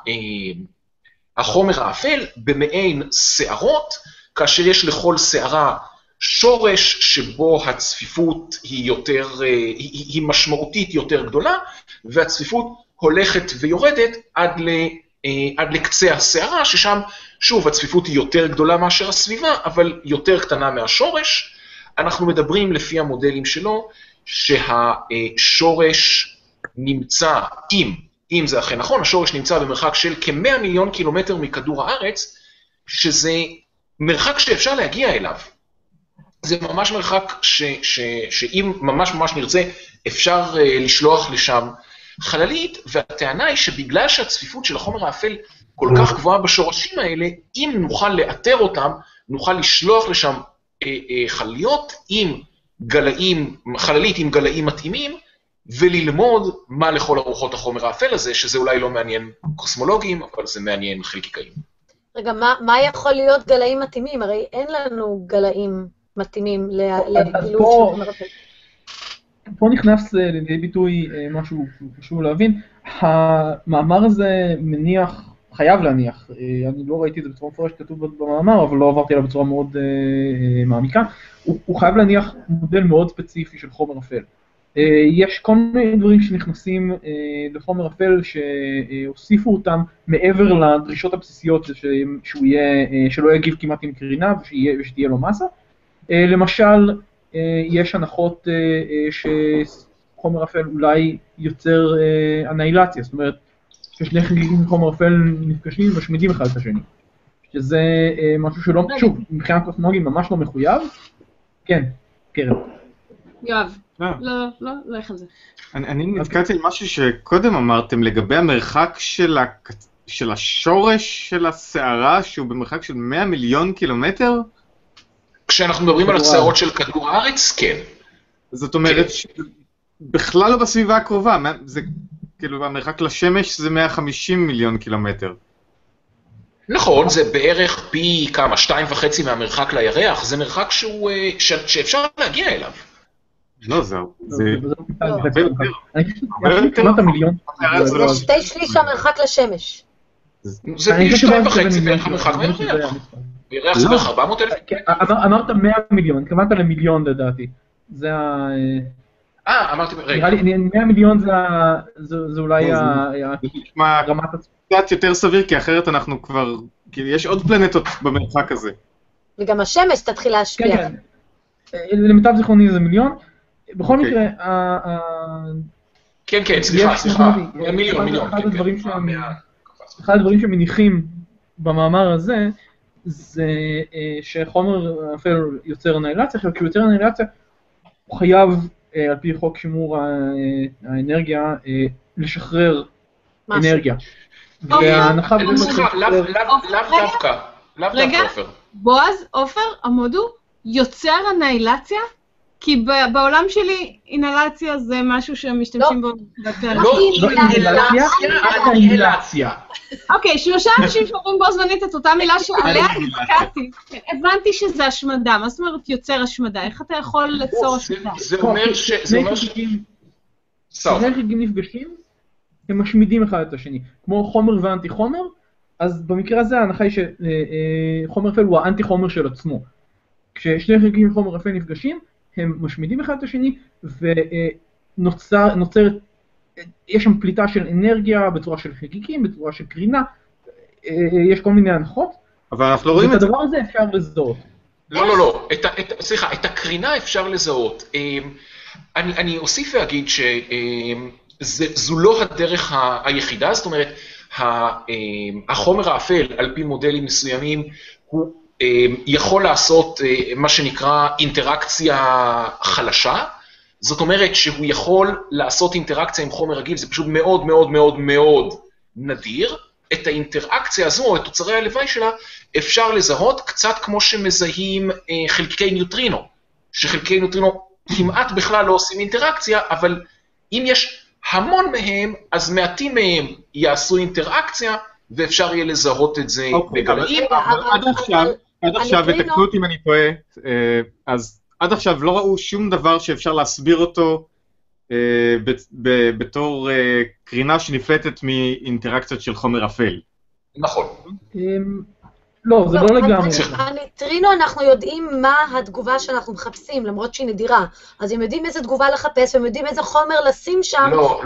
החומר האפל במעין שערות, כאשר יש לכל שערה שורש שבו הצפיפות היא משמעותית יותר גדולה, והצפיפות הולכת ויורדת עד לקצה השערה, ששם שוב הצפיפות היא יותר גדולה מאשר הסביבה, אבל יותר קטנה מהשורש. אנחנו מדברים לפי המודלים שלו שהשורש נמצא, אם זה אכן נכון, השורש נמצא במרחק של כ100 מיליון קילומטר מכדור הארץ, שזה מרחק שאפשר להגיע אליו. זה ממש מרחק שאם ממש ממש נרצה, אפשר לשלוח לשם חללית, והטענה היא שבגלל שהצפיפות של החומר האפל כל כך גבוהה בשורשים האלה, אם נוכל לאתר אותם, נוכל לשלוח לשם חללית עם גלאים מתאימים, וללמוד מה לכל הרוחות החומר האפל הזה, שזה אולי לא מעניין קוסמולוגים, אבל זה מעניין חלקיקאים. רגע, מה יכול להיות גלאים מתאימים? הרי אין לנו גלאים מתאימים לגילוי של חומר אפל. פה נכנס לידי ביטוי משהו חשוב להבין. המאמר הזה חייב להניח, אני לא ראיתי את זה בצורה מפורשת כתוב במאמר, אבל לא עברתי עליו בצורה מאוד מעמיקה, הוא חייב להניח מודל מאוד ספציפי של חומר אפל. יש כל מיני דברים שנכנסים לחומר אפל שהוסיפו אותם מעבר לדרישות הבסיסיות שלא יגיב כמעט עם קרינה ושתהיה לו מסה. למשל, יש הנחות שחומר אפל אולי יוצר אנהילציה, זאת אומרת ששני חלקיקים מחומר אפל נפגשים ומשמידים אחד את השני. שזה משהו שלא, שוב, מבחינת קוסמולוגים ממש לא מחויב. כן, קרן. יואב. לא איך על זה. אני נתקעתי על משהו שקודם אמרתם, לגבי המרחק של השורש של השערה, שהוא במרחק של 100 מיליון קילומטר? כשאנחנו מדברים על השערות של כדור הארץ, כן. זאת אומרת, בכלל לא בסביבה הקרובה, זה כאילו המרחק לשמש זה 150 מיליון קילומטר. נכון, זה בערך פי כמה, 2.5 מהמרחק לירח, זה מרחק שאפשר להגיע אליו. לא, זה שתי שליש המרחק לשמש. זה פי 2.5 בערך המרחק מהירח. בירח זה בערך 400,000? אמרת 100 מיליון, התכוונת למיליון לדעתי. זה אמרתי, רגע. נראה לי 100 מיליון זה אולי רמת קצת יותר סביר, כי אחרת אנחנו כבר, יש עוד פלנטות במרחק הזה. וגם השמש תתחיל להשפיע. כן, למיטב זיכרוני זה מיליון. בכל מקרה, כן, סליחה, מיליון. אחד הדברים שמניחים במאמר הזה, זה שחומר אפל יוצר אנהילציה, כי הוא יוצר אנהילציה, הוא חייב, על פי חוק שימור האנרגיה, לשחרר אנרגיה. וההנחה... סליחה, לאו דווקא, עופר. בועז, עופר, עמודו, יוצר אנהילציה? כי בעולם שלי אינהלציה זה משהו שמשתמשים בו. לא אינהלציה. אוקיי, 3 אנשים שאומרים בו זמנית את אותה מילה שעליה התקעתי. הבנתי שזה השמדה, מה זאת אומרת יוצר השמדה? איך אתה יכול ליצור השמדה? זה אומר ש... שני חלקיקים נפגשים, הם משמידים אחד את השני. כמו חומר ואנטי חומר, אז במקרה הזה ההנחה היא שחומר אפל הוא האנטי חומר של עצמו. כששני חלקיקים מחומר אפל נפגשים, הם משמידים אחד את השני, ונוצרת, יש שם פליטה של אנרגיה בצורה של חלקיקים, בצורה של קרינה, יש כל מיני הנחות. אבל אנחנו לא רואים את זה. את הדבר הזה אפשר לזהות. לא, סליחה, את הקרינה אפשר לזהות. אני אוסיף ואגיד שזו לא הדרך היחידה, זאת אומרת, החומר האפל, על פי מודלים מסוימים, הוא יכול לעשות מה שנקרא אינטראקציה חלשה, זאת אומרת שהוא יכול לעשות אינטראקציה עם חומר רגיל, זה פשוט מאוד מאוד מאוד מאוד נדיר. את האינטראקציה הזו, או את תוצרי הלוואי שלה, אפשר לזהות קצת כמו שמזהים חלקיקי ניוטרינו, שחלקיקי ניוטרינו כמעט בכלל לא עושים אינטראקציה, אבל אם יש המון מהם, אז מעטים מהם יעשו אינטראקציה, ואפשר יהיה לזהות את זה בגלאים. עד עכשיו, ותקנו אותי אם אני טועה, אז עד עכשיו לא ראו שום דבר שאפשר להסביר אותו בתור קרינה שנפלטת מאינטראקציות של חומר אפל. נכון. לא, זה לא לגמרי. הניטרינו אנחנו יודעים מה התגובה שאנחנו מחפשים, למרות שהיא נדירה. אז הם יודעים איזה תגובה לחפש, והם יודעים איזה חומר לשים שם.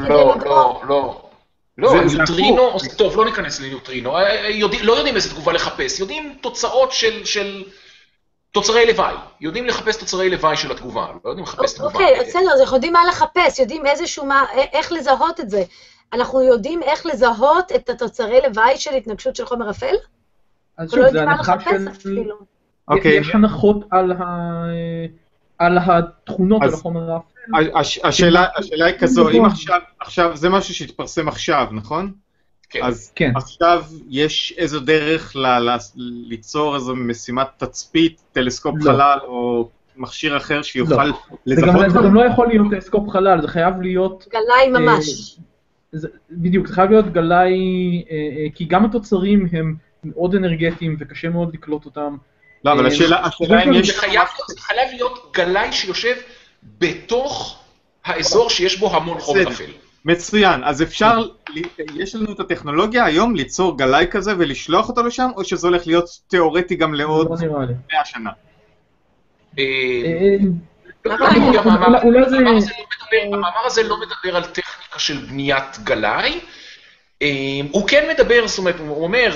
לא, ניוטרינו, טוב, לא ניכנס לניוטרינו, לא יודעים איזה תגובה לחפש, יודעים תוצאות של תוצרי לוואי, יודעים לחפש תוצרי לוואי של התגובה, לא יודעים לחפש תגובה. אוקיי, בסדר, אז יודעים מה לחפש, יודעים איזשהו מה, איך לזהות את זה. אנחנו יודעים איך לזהות את התוצרי לוואי של התנגשות של חומר אפל? אז שוב, זה הנחה של... יש הנחות על התכונות של החומר האפל. השאלה היא כזו, אם עכשיו, זה משהו שהתפרסם עכשיו, נכון? אז עכשיו יש איזו דרך ליצור איזו משימת תצפית, טלסקופ חלל או מכשיר אחר שיוכל לזהות? זה גם לא יכול להיות טלסקופ חלל, זה חייב להיות... גלאי ממש. בדיוק, זה חייב להיות גלאי, כי גם התוצרים הם מאוד אנרגטיים וקשה מאוד לקלוט אותם. לא, אבל השאלה אם יש... זה חייב להיות גלאי שיושב בתוך האזור שיש בו המון חומר אפל. מצוין, אז אפשר, יש לנו את הטכנולוגיה היום ליצור גלאי כזה ולשלוח אותו לשם, או שזה הולך להיות תיאורטי גם לעוד 100 שנה? המאמר הזה לא מדבר על טכניקה של בניית גלאי, הוא כן מדבר, זאת אומרת, הוא אומר,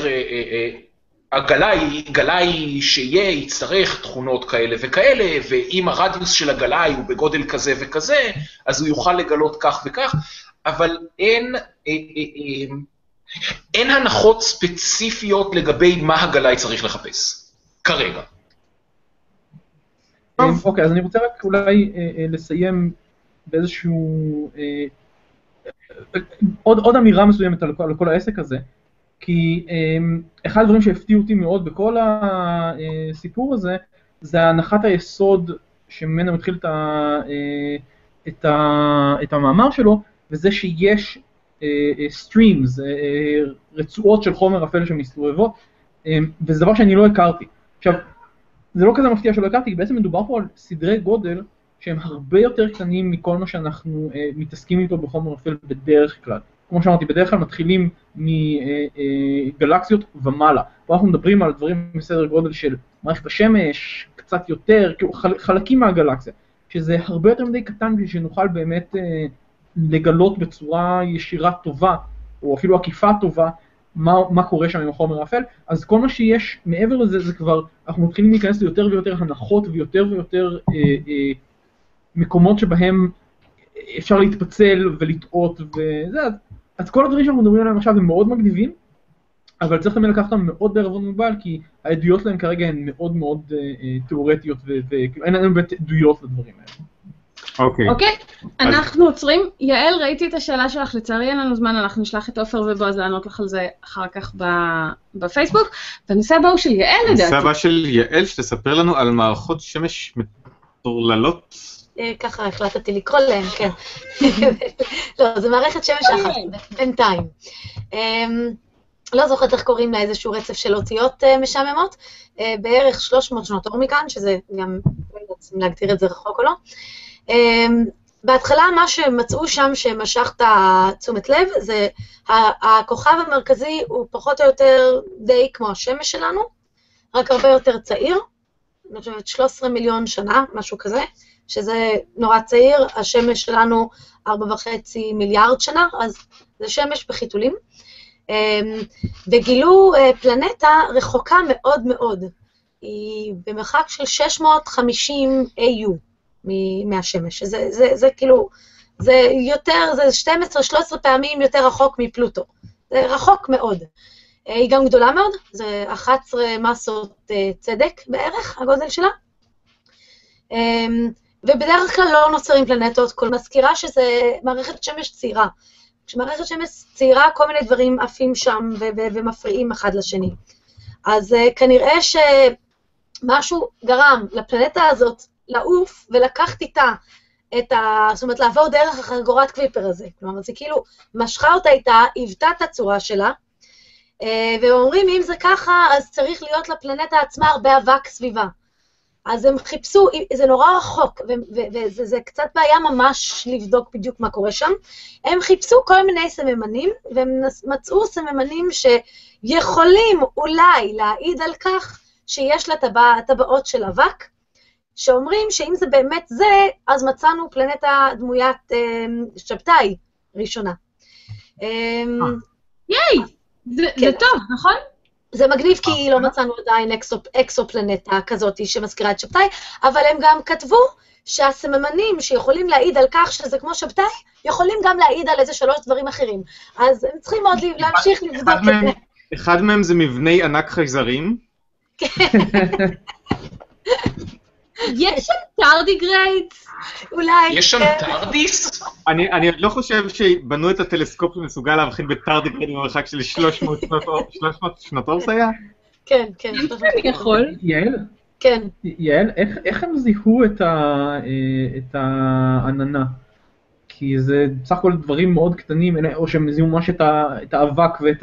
הגלאי שיהיה יצטרך תכונות כאלה וכאלה, ואם הרדיוס של הגלאי הוא בגודל כזה וכזה, אז הוא יוכל לגלות כך וכך, אבל אין הנחות ספציפיות לגבי מה הגלאי צריך לחפש, כרגע. אוקיי, אז אני רוצה רק אולי לסיים באיזשהו... עוד אמירה מסוימת על כל העסק הזה, כי אחד הדברים שהפתיעו אותי מאוד בכל הסיפור הזה, זה הנחת היסוד שממנה מתחיל את המאמר שלו, וזה שיש streams, רצועות של חומר אפל שמסתובבות, וזה דבר שאני לא הכרתי. עכשיו, זה לא כזה מפתיע שלא הכרתי, כי בעצם מדובר פה על סדרי גודל שהם הרבה יותר קטנים מכל מה שאנחנו מתעסקים איתו בחומר אפל בדרך כלל. כמו שאמרתי, בדרך כלל מתחילים מגלקסיות ומעלה. פה אנחנו מדברים על דברים בסדר גודל של מערכת השמש, קצת יותר, כאילו חלקים מהגלקסיה, שזה הרבה יותר מדי קטן בשביל שנוכל באמת לגלות בצורה ישירה טובה, או אפילו עקיפה טובה, מה קורה שם עם החומר האפל. אז כל מה שיש מעבר לזה, זה כבר, אנחנו מתחילים להיכנס ליותר ויותר הנחות ויותר ויותר מקומות שבהם אפשר להתפצל ולטעות וזה. אז כל הדברים שאנחנו מדברים עליהם עכשיו הם מאוד מגניבים, אבל צריך תמיד לקחת אותם מאוד בערבון מוגבל, כי העדויות להם כרגע הן מאוד מאוד תיאורטיות, ואין לנו באמת עדויות לדברים האלה. אוקיי, אנחנו עוצרים. יעל, ראיתי את השאלה שלך, לצערי אין לנו זמן, אנחנו נשלח את עופר ובועז לענות לך על זה אחר כך בפייסבוק, והנושא הבא הוא של יעל לדעתי. הנושא הבא של יעל, שתספר לנו על מערכות שמש מטורללות. ככה החלטתי לקרוא להם, כן. לא, זו מערכת שמש אחת, בינתיים. לא זוכרת איך קוראים לה איזשהו רצף של אותיות משעממות, בערך 300 שנות אור מכאן, שזה גם, לא רוצים להגדיר את זה רחוק או לא. בהתחלה מה שמצאו שם שמשך את תשומת לב, זה הכוכב המרכזי הוא פחות או יותר די כמו השמש שלנו, רק הרבה יותר צעיר, אני חושבת 13 מיליון שנה, משהו כזה, שזה נורא צעיר, השמש שלנו 4.5 מיליארד שנה, אז זה שמש בחיתולים. וגילו פלנטה רחוקה מאוד מאוד, היא במרחק של 650 AU מהשמש, זה כאילו, זה יותר, זה 12-13 פעמים יותר רחוק מפלוטו, זה רחוק מאוד. היא גם גדולה מאוד, זה 11 מסות צדק בערך, הגודל שלה. ובדרך כלל לא נוצרים פלנטות, כל מזכירה שזה מערכת שמש צעירה. כשמערכת שמש צעירה, כל מיני דברים עפים שם ומפריעים אחד לשני. אז כנראה שמשהו גרם לפלנטה הזאת לעוף ולקחת איתה זאת אומרת, לעבור דרך החגורת קוויפר הזה. כלומר, זה כאילו משכה אותה איתה, היוותה את הצורה שלה, ואומרים, אם זה ככה, אז צריך להיות לפלנטה עצמה הרבה אבק סביבה. אז הם חיפשו, זה נורא רחוק, וזה קצת בעיה ממש לבדוק בדיוק מה קורה שם. הם חיפשו כל מיני סממנים, והם מצאו סממנים שיכולים אולי להעיד על כך שיש לה טבעות של אבק, שאומרים שאם זה באמת זה, אז מצאנו פלנטה דמוית שבתאי ראשונה. ייי! זה טוב, נכון? זה מגניב כי לא מצאנו עדיין אקסופלנטה כזאת שמזכירה את שבתאי, אבל הם גם כתבו שהסממנים שיכולים להעיד על כך שזה כמו שבתאי, יכולים גם להעיד על איזה 3 דברים אחרים. אז הם צריכים עוד להמשיך לבדוק את זה. אחד מהם זה מבני ענק חייזרים. יש שם טרדיגרייד? אולי. יש שם טרדיס? אני עוד לא חושב שבנו את הטלסקופ שמסוגל להבחין בטרדיגרייד במרחק של 300 שנות אור זה היה? כן, כן. אני יכול. יעל? כן. יעל, איך הם זיהו את העננה? כי זה בסך הכל דברים מאוד קטנים, או שהם זיהו ממש את האבק ואת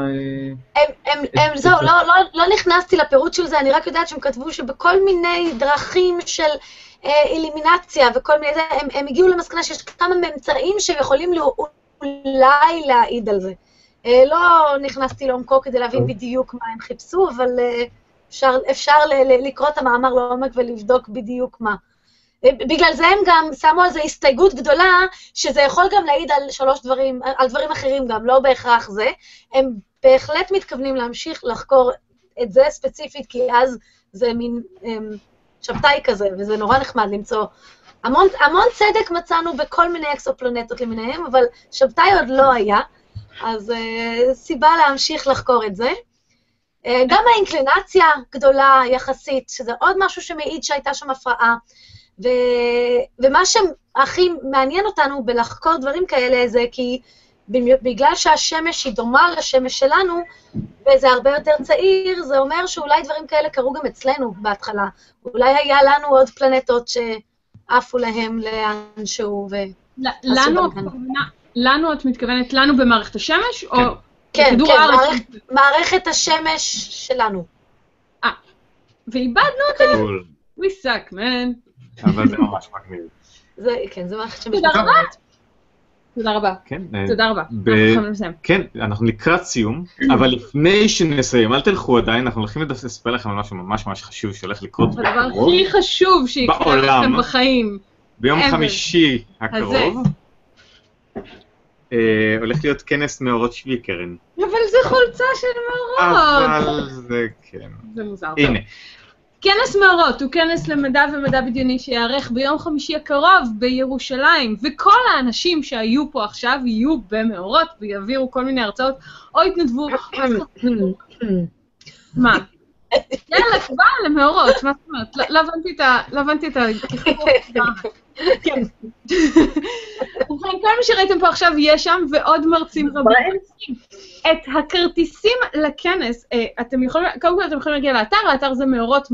זהו, לא נכנסתי לפירוט של זה, אני רק יודעת שהם כתבו שבכל מיני דרכים של אלימינציה וכל מיני זה, הם הגיעו למסקנה שיש כמה ממצאים שיכולים אולי להעיד על זה. לא נכנסתי לעומקו כדי להבין בדיוק מה הם חיפשו, אבל אפשר לקרוא את המאמר לעומק ולבדוק בדיוק מה. בגלל זה הם גם שמו על זה הסתייגות גדולה, שזה יכול גם להעיד על 3 דברים, על דברים אחרים גם, לא בהכרח זה. הם בהחלט מתכוונים להמשיך לחקור את זה ספציפית, כי אז זה מין שבתאי כזה, וזה נורא נחמד למצוא. המון צדק מצאנו בכל מיני אקסופלנטות למיניהם, אבל שבתאי עוד לא היה, אז סיבה להמשיך לחקור את זה. גם האינקלינציה גדולה יחסית, שזה עוד משהו שמעיד שהייתה שם הפרעה, ומה שהכי מעניין אותנו בלחקור דברים כאלה זה כי בגלל שהשמש היא דומה לשמש שלנו, וזה הרבה יותר צעיר, זה אומר שאולי דברים כאלה קרו גם אצלנו בהתחלה. אולי היה לנו עוד פלנטות שעפו להם לאנשהו לנו את מתכוונת לנו במערכת השמש? כן, מערכת השמש שלנו. ואיבדנו אותה? We suck, man. אבל זה ממש מגניב. כן, זה מערכת שמש. תודה רבה. תודה רבה. תודה רבה. כן, אנחנו לקראת סיום, אבל לפני שנסיים, אל תלכו עדיין, אנחנו הולכים לספר לכם על משהו ממש ממש חשוב שהולך לקרות הדבר הכי חשוב שיקרה לכם בחיים. ביום חמישי הקרוב. הולך להיות כנס מאורות שביעי, קרן. אבל זה חולצה של מאורות. אבל זה כן. זה מוזר. הנה. כנס מאורות הוא כנס למדע ומדע בדיוני שיערך ביום חמישי הקרוב בירושלים, וכל האנשים שהיו פה עכשיו יהיו במאורות ויעבירו כל מיני הרצאות, או יתנדבו. מה? יאללה, כבר למאורות, מה זאת אומרת? לא הבנתי את הקיחור. כן. כל מי שראיתם פה עכשיו יש שם, ועוד מרצים רבים. את הכרטיסים לכנס, קודם כל אתם יכולים להגיע לאתר, האתר זה מאורות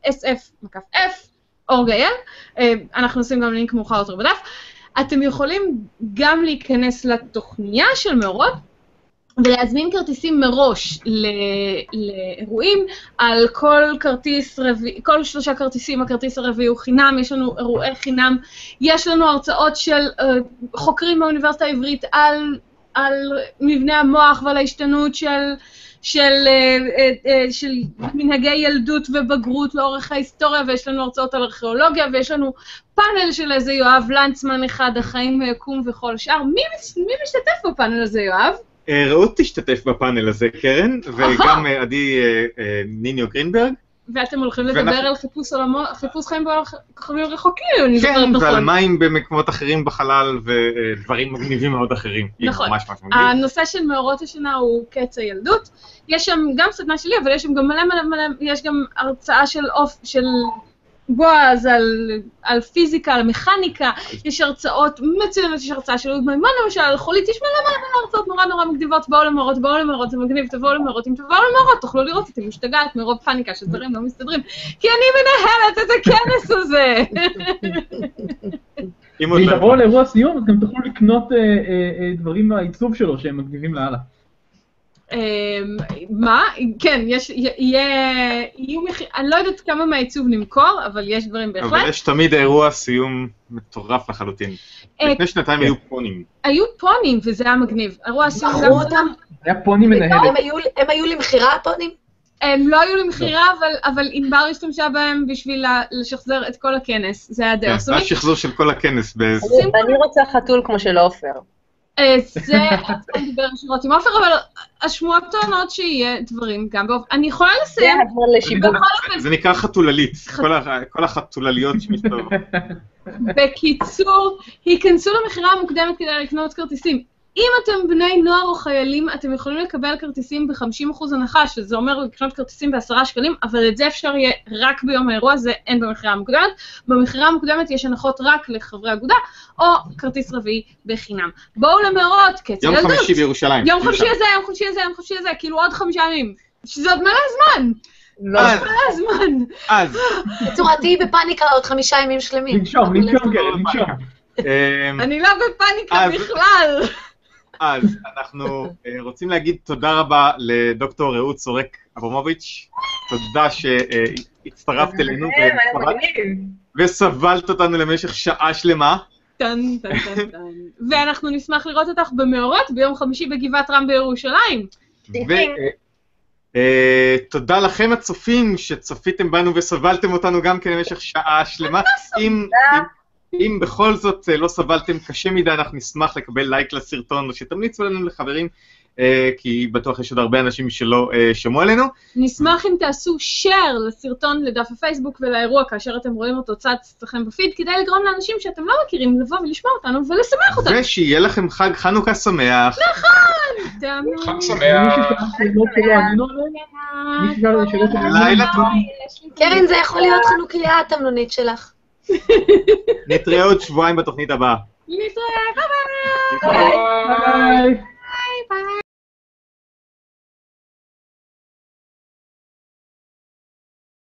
SF_F.org.il, אנחנו עושים גם לינק מאוחר יותר בדף. אתם יכולים גם להיכנס לתוכניה של מאורות, ולהזמין כרטיסים מראש לאירועים, על כל 3 כרטיסים, הכרטיס הרביעי הוא חינם, יש לנו אירועי חינם, יש לנו הרצאות של חוקרים באוניברסיטה העברית על מבנה המוח ועל ההשתנות של מנהגי ילדות ובגרות לאורך ההיסטוריה, ויש לנו הרצאות על ארכיאולוגיה, ויש לנו פאנל של איזה יואב לנצמן אחד, החיים מהיקום וכל שאר. מי משתתף בפאנל הזה, יואב? רעות תשתתף בפאנל הזה, קרן, וגם עדי ניניו גרינברג. ואתם הולכים לדבר על חיפוש חיים בכוכבים רחוקים, אני זוכרת כן, נכון. ועל מים במקומות אחרים בחלל, ודברים מגניבים מאוד אחרים. נכון. הנושא של מאורות השנה הוא קץ הילדות. יש שם גם סדנה שלי, אבל יש שם גם מלא, יש גם הרצאה של בועז על פיזיקה, על מכניקה, יש הרצאות מצוינות, יש הרצאה של אהוד מימון למשל, על חולית, יש מלא הרצאות נורא מגניבות, בואו למאורות, זה מגניב, תבואו למאורות, אם תבואו למאורות, תוכלו לראות אותי משתגעת מרוב פאניקה, שדברים לא מסתדרים, כי אני מנהלת את הכנס הזה. אם תבואו לאירוע סיום, אז גם תוכלו לקנות דברים מהעיצוב שלו שהם מגניבים לאללה. מה? כן, אני לא יודעת כמה מהעיצוב נמכור, אבל יש דברים בהחלט. אבל יש תמיד אירוע סיום מטורף לחלוטין. לפני שנתיים היו פונים. היו פונים, וזה היה מגניב. אירוע הסיום מכרו אותם? היה פוני מנהלת. הם היו למכירה, הפונים? הם לא היו למכירה, אבל ענבר השתמשה בהם בשביל לשחזר את כל הכנס. זה היה די אסומי. זה השחזור של כל הכנס. אני רוצה חתול כמו של עופר. זה, אני מדבר ישירות עם עופר, אבל השמועות טוענות שיהיה דברים גם באופן. אני יכולה לסיים. זה נקרא חתוללית, כל החתולליות שמסתובבות. בקיצור, היכנסו למכירה המוקדמת כדי לקנות כרטיסים. אם אתם בני נוער או חיילים, אתם יכולים לקבל כרטיסים ב-50% הנחה, שזה אומר לקנות כרטיסים ב10 שקלים, אבל את זה אפשר יהיה רק ביום האירוע, זה אין במכירה המוקדמת. במכירה המוקדמת יש הנחות רק לחברי אגודה, או כרטיס רביעי בחינם. בואו למאורות, קץ ילדות. יום חמישי בירושלים. יום חמישי הזה, כאילו עוד 5 ימים. שזה עוד מלא זמן. לא מלא זמן. אז. בצורתי בפאניקה עוד 5 ימים שלמים. ננשום. אני לא בפאניקה בכלל. אז אנחנו רוצים להגיד תודה רבה לדוקטור רעות סורק אברמוביץ', תודה שהצטרפת אלינו וסבלת אותנו למשך שעה שלמה. ואנחנו נשמח לראות אותך במאורות ביום חמישי בגבעת רם בירושלים. ותודה לכם הצופים שצפיתם בנו וסבלתם אותנו גם כן למשך שעה שלמה. אם בכל זאת לא סבלתם קשה מדי, אנחנו נשמח לקבל לייק לסרטון, או שתמליצו לנו לחברים, כי בטוח יש עוד הרבה אנשים שלא שמעו עלינו. נשמח אם תעשו share לסרטון לדף הפייסבוק ולאירוע, כאשר אתם רואים אותו צץ אצלכם בפיד, כדי לגרום לאנשים שאתם לא מכירים לבוא ולשמוע אותנו ולשמח אותנו. ושיהיה לכם חג חנוכה שמח. נכון! חג שמח. לילה טוב. קרן, זה יכול להיות חנוכיה התמנונית שלך. נתראה עוד שבועיים בתוכנית הבאה. נתראה, ביי ביי.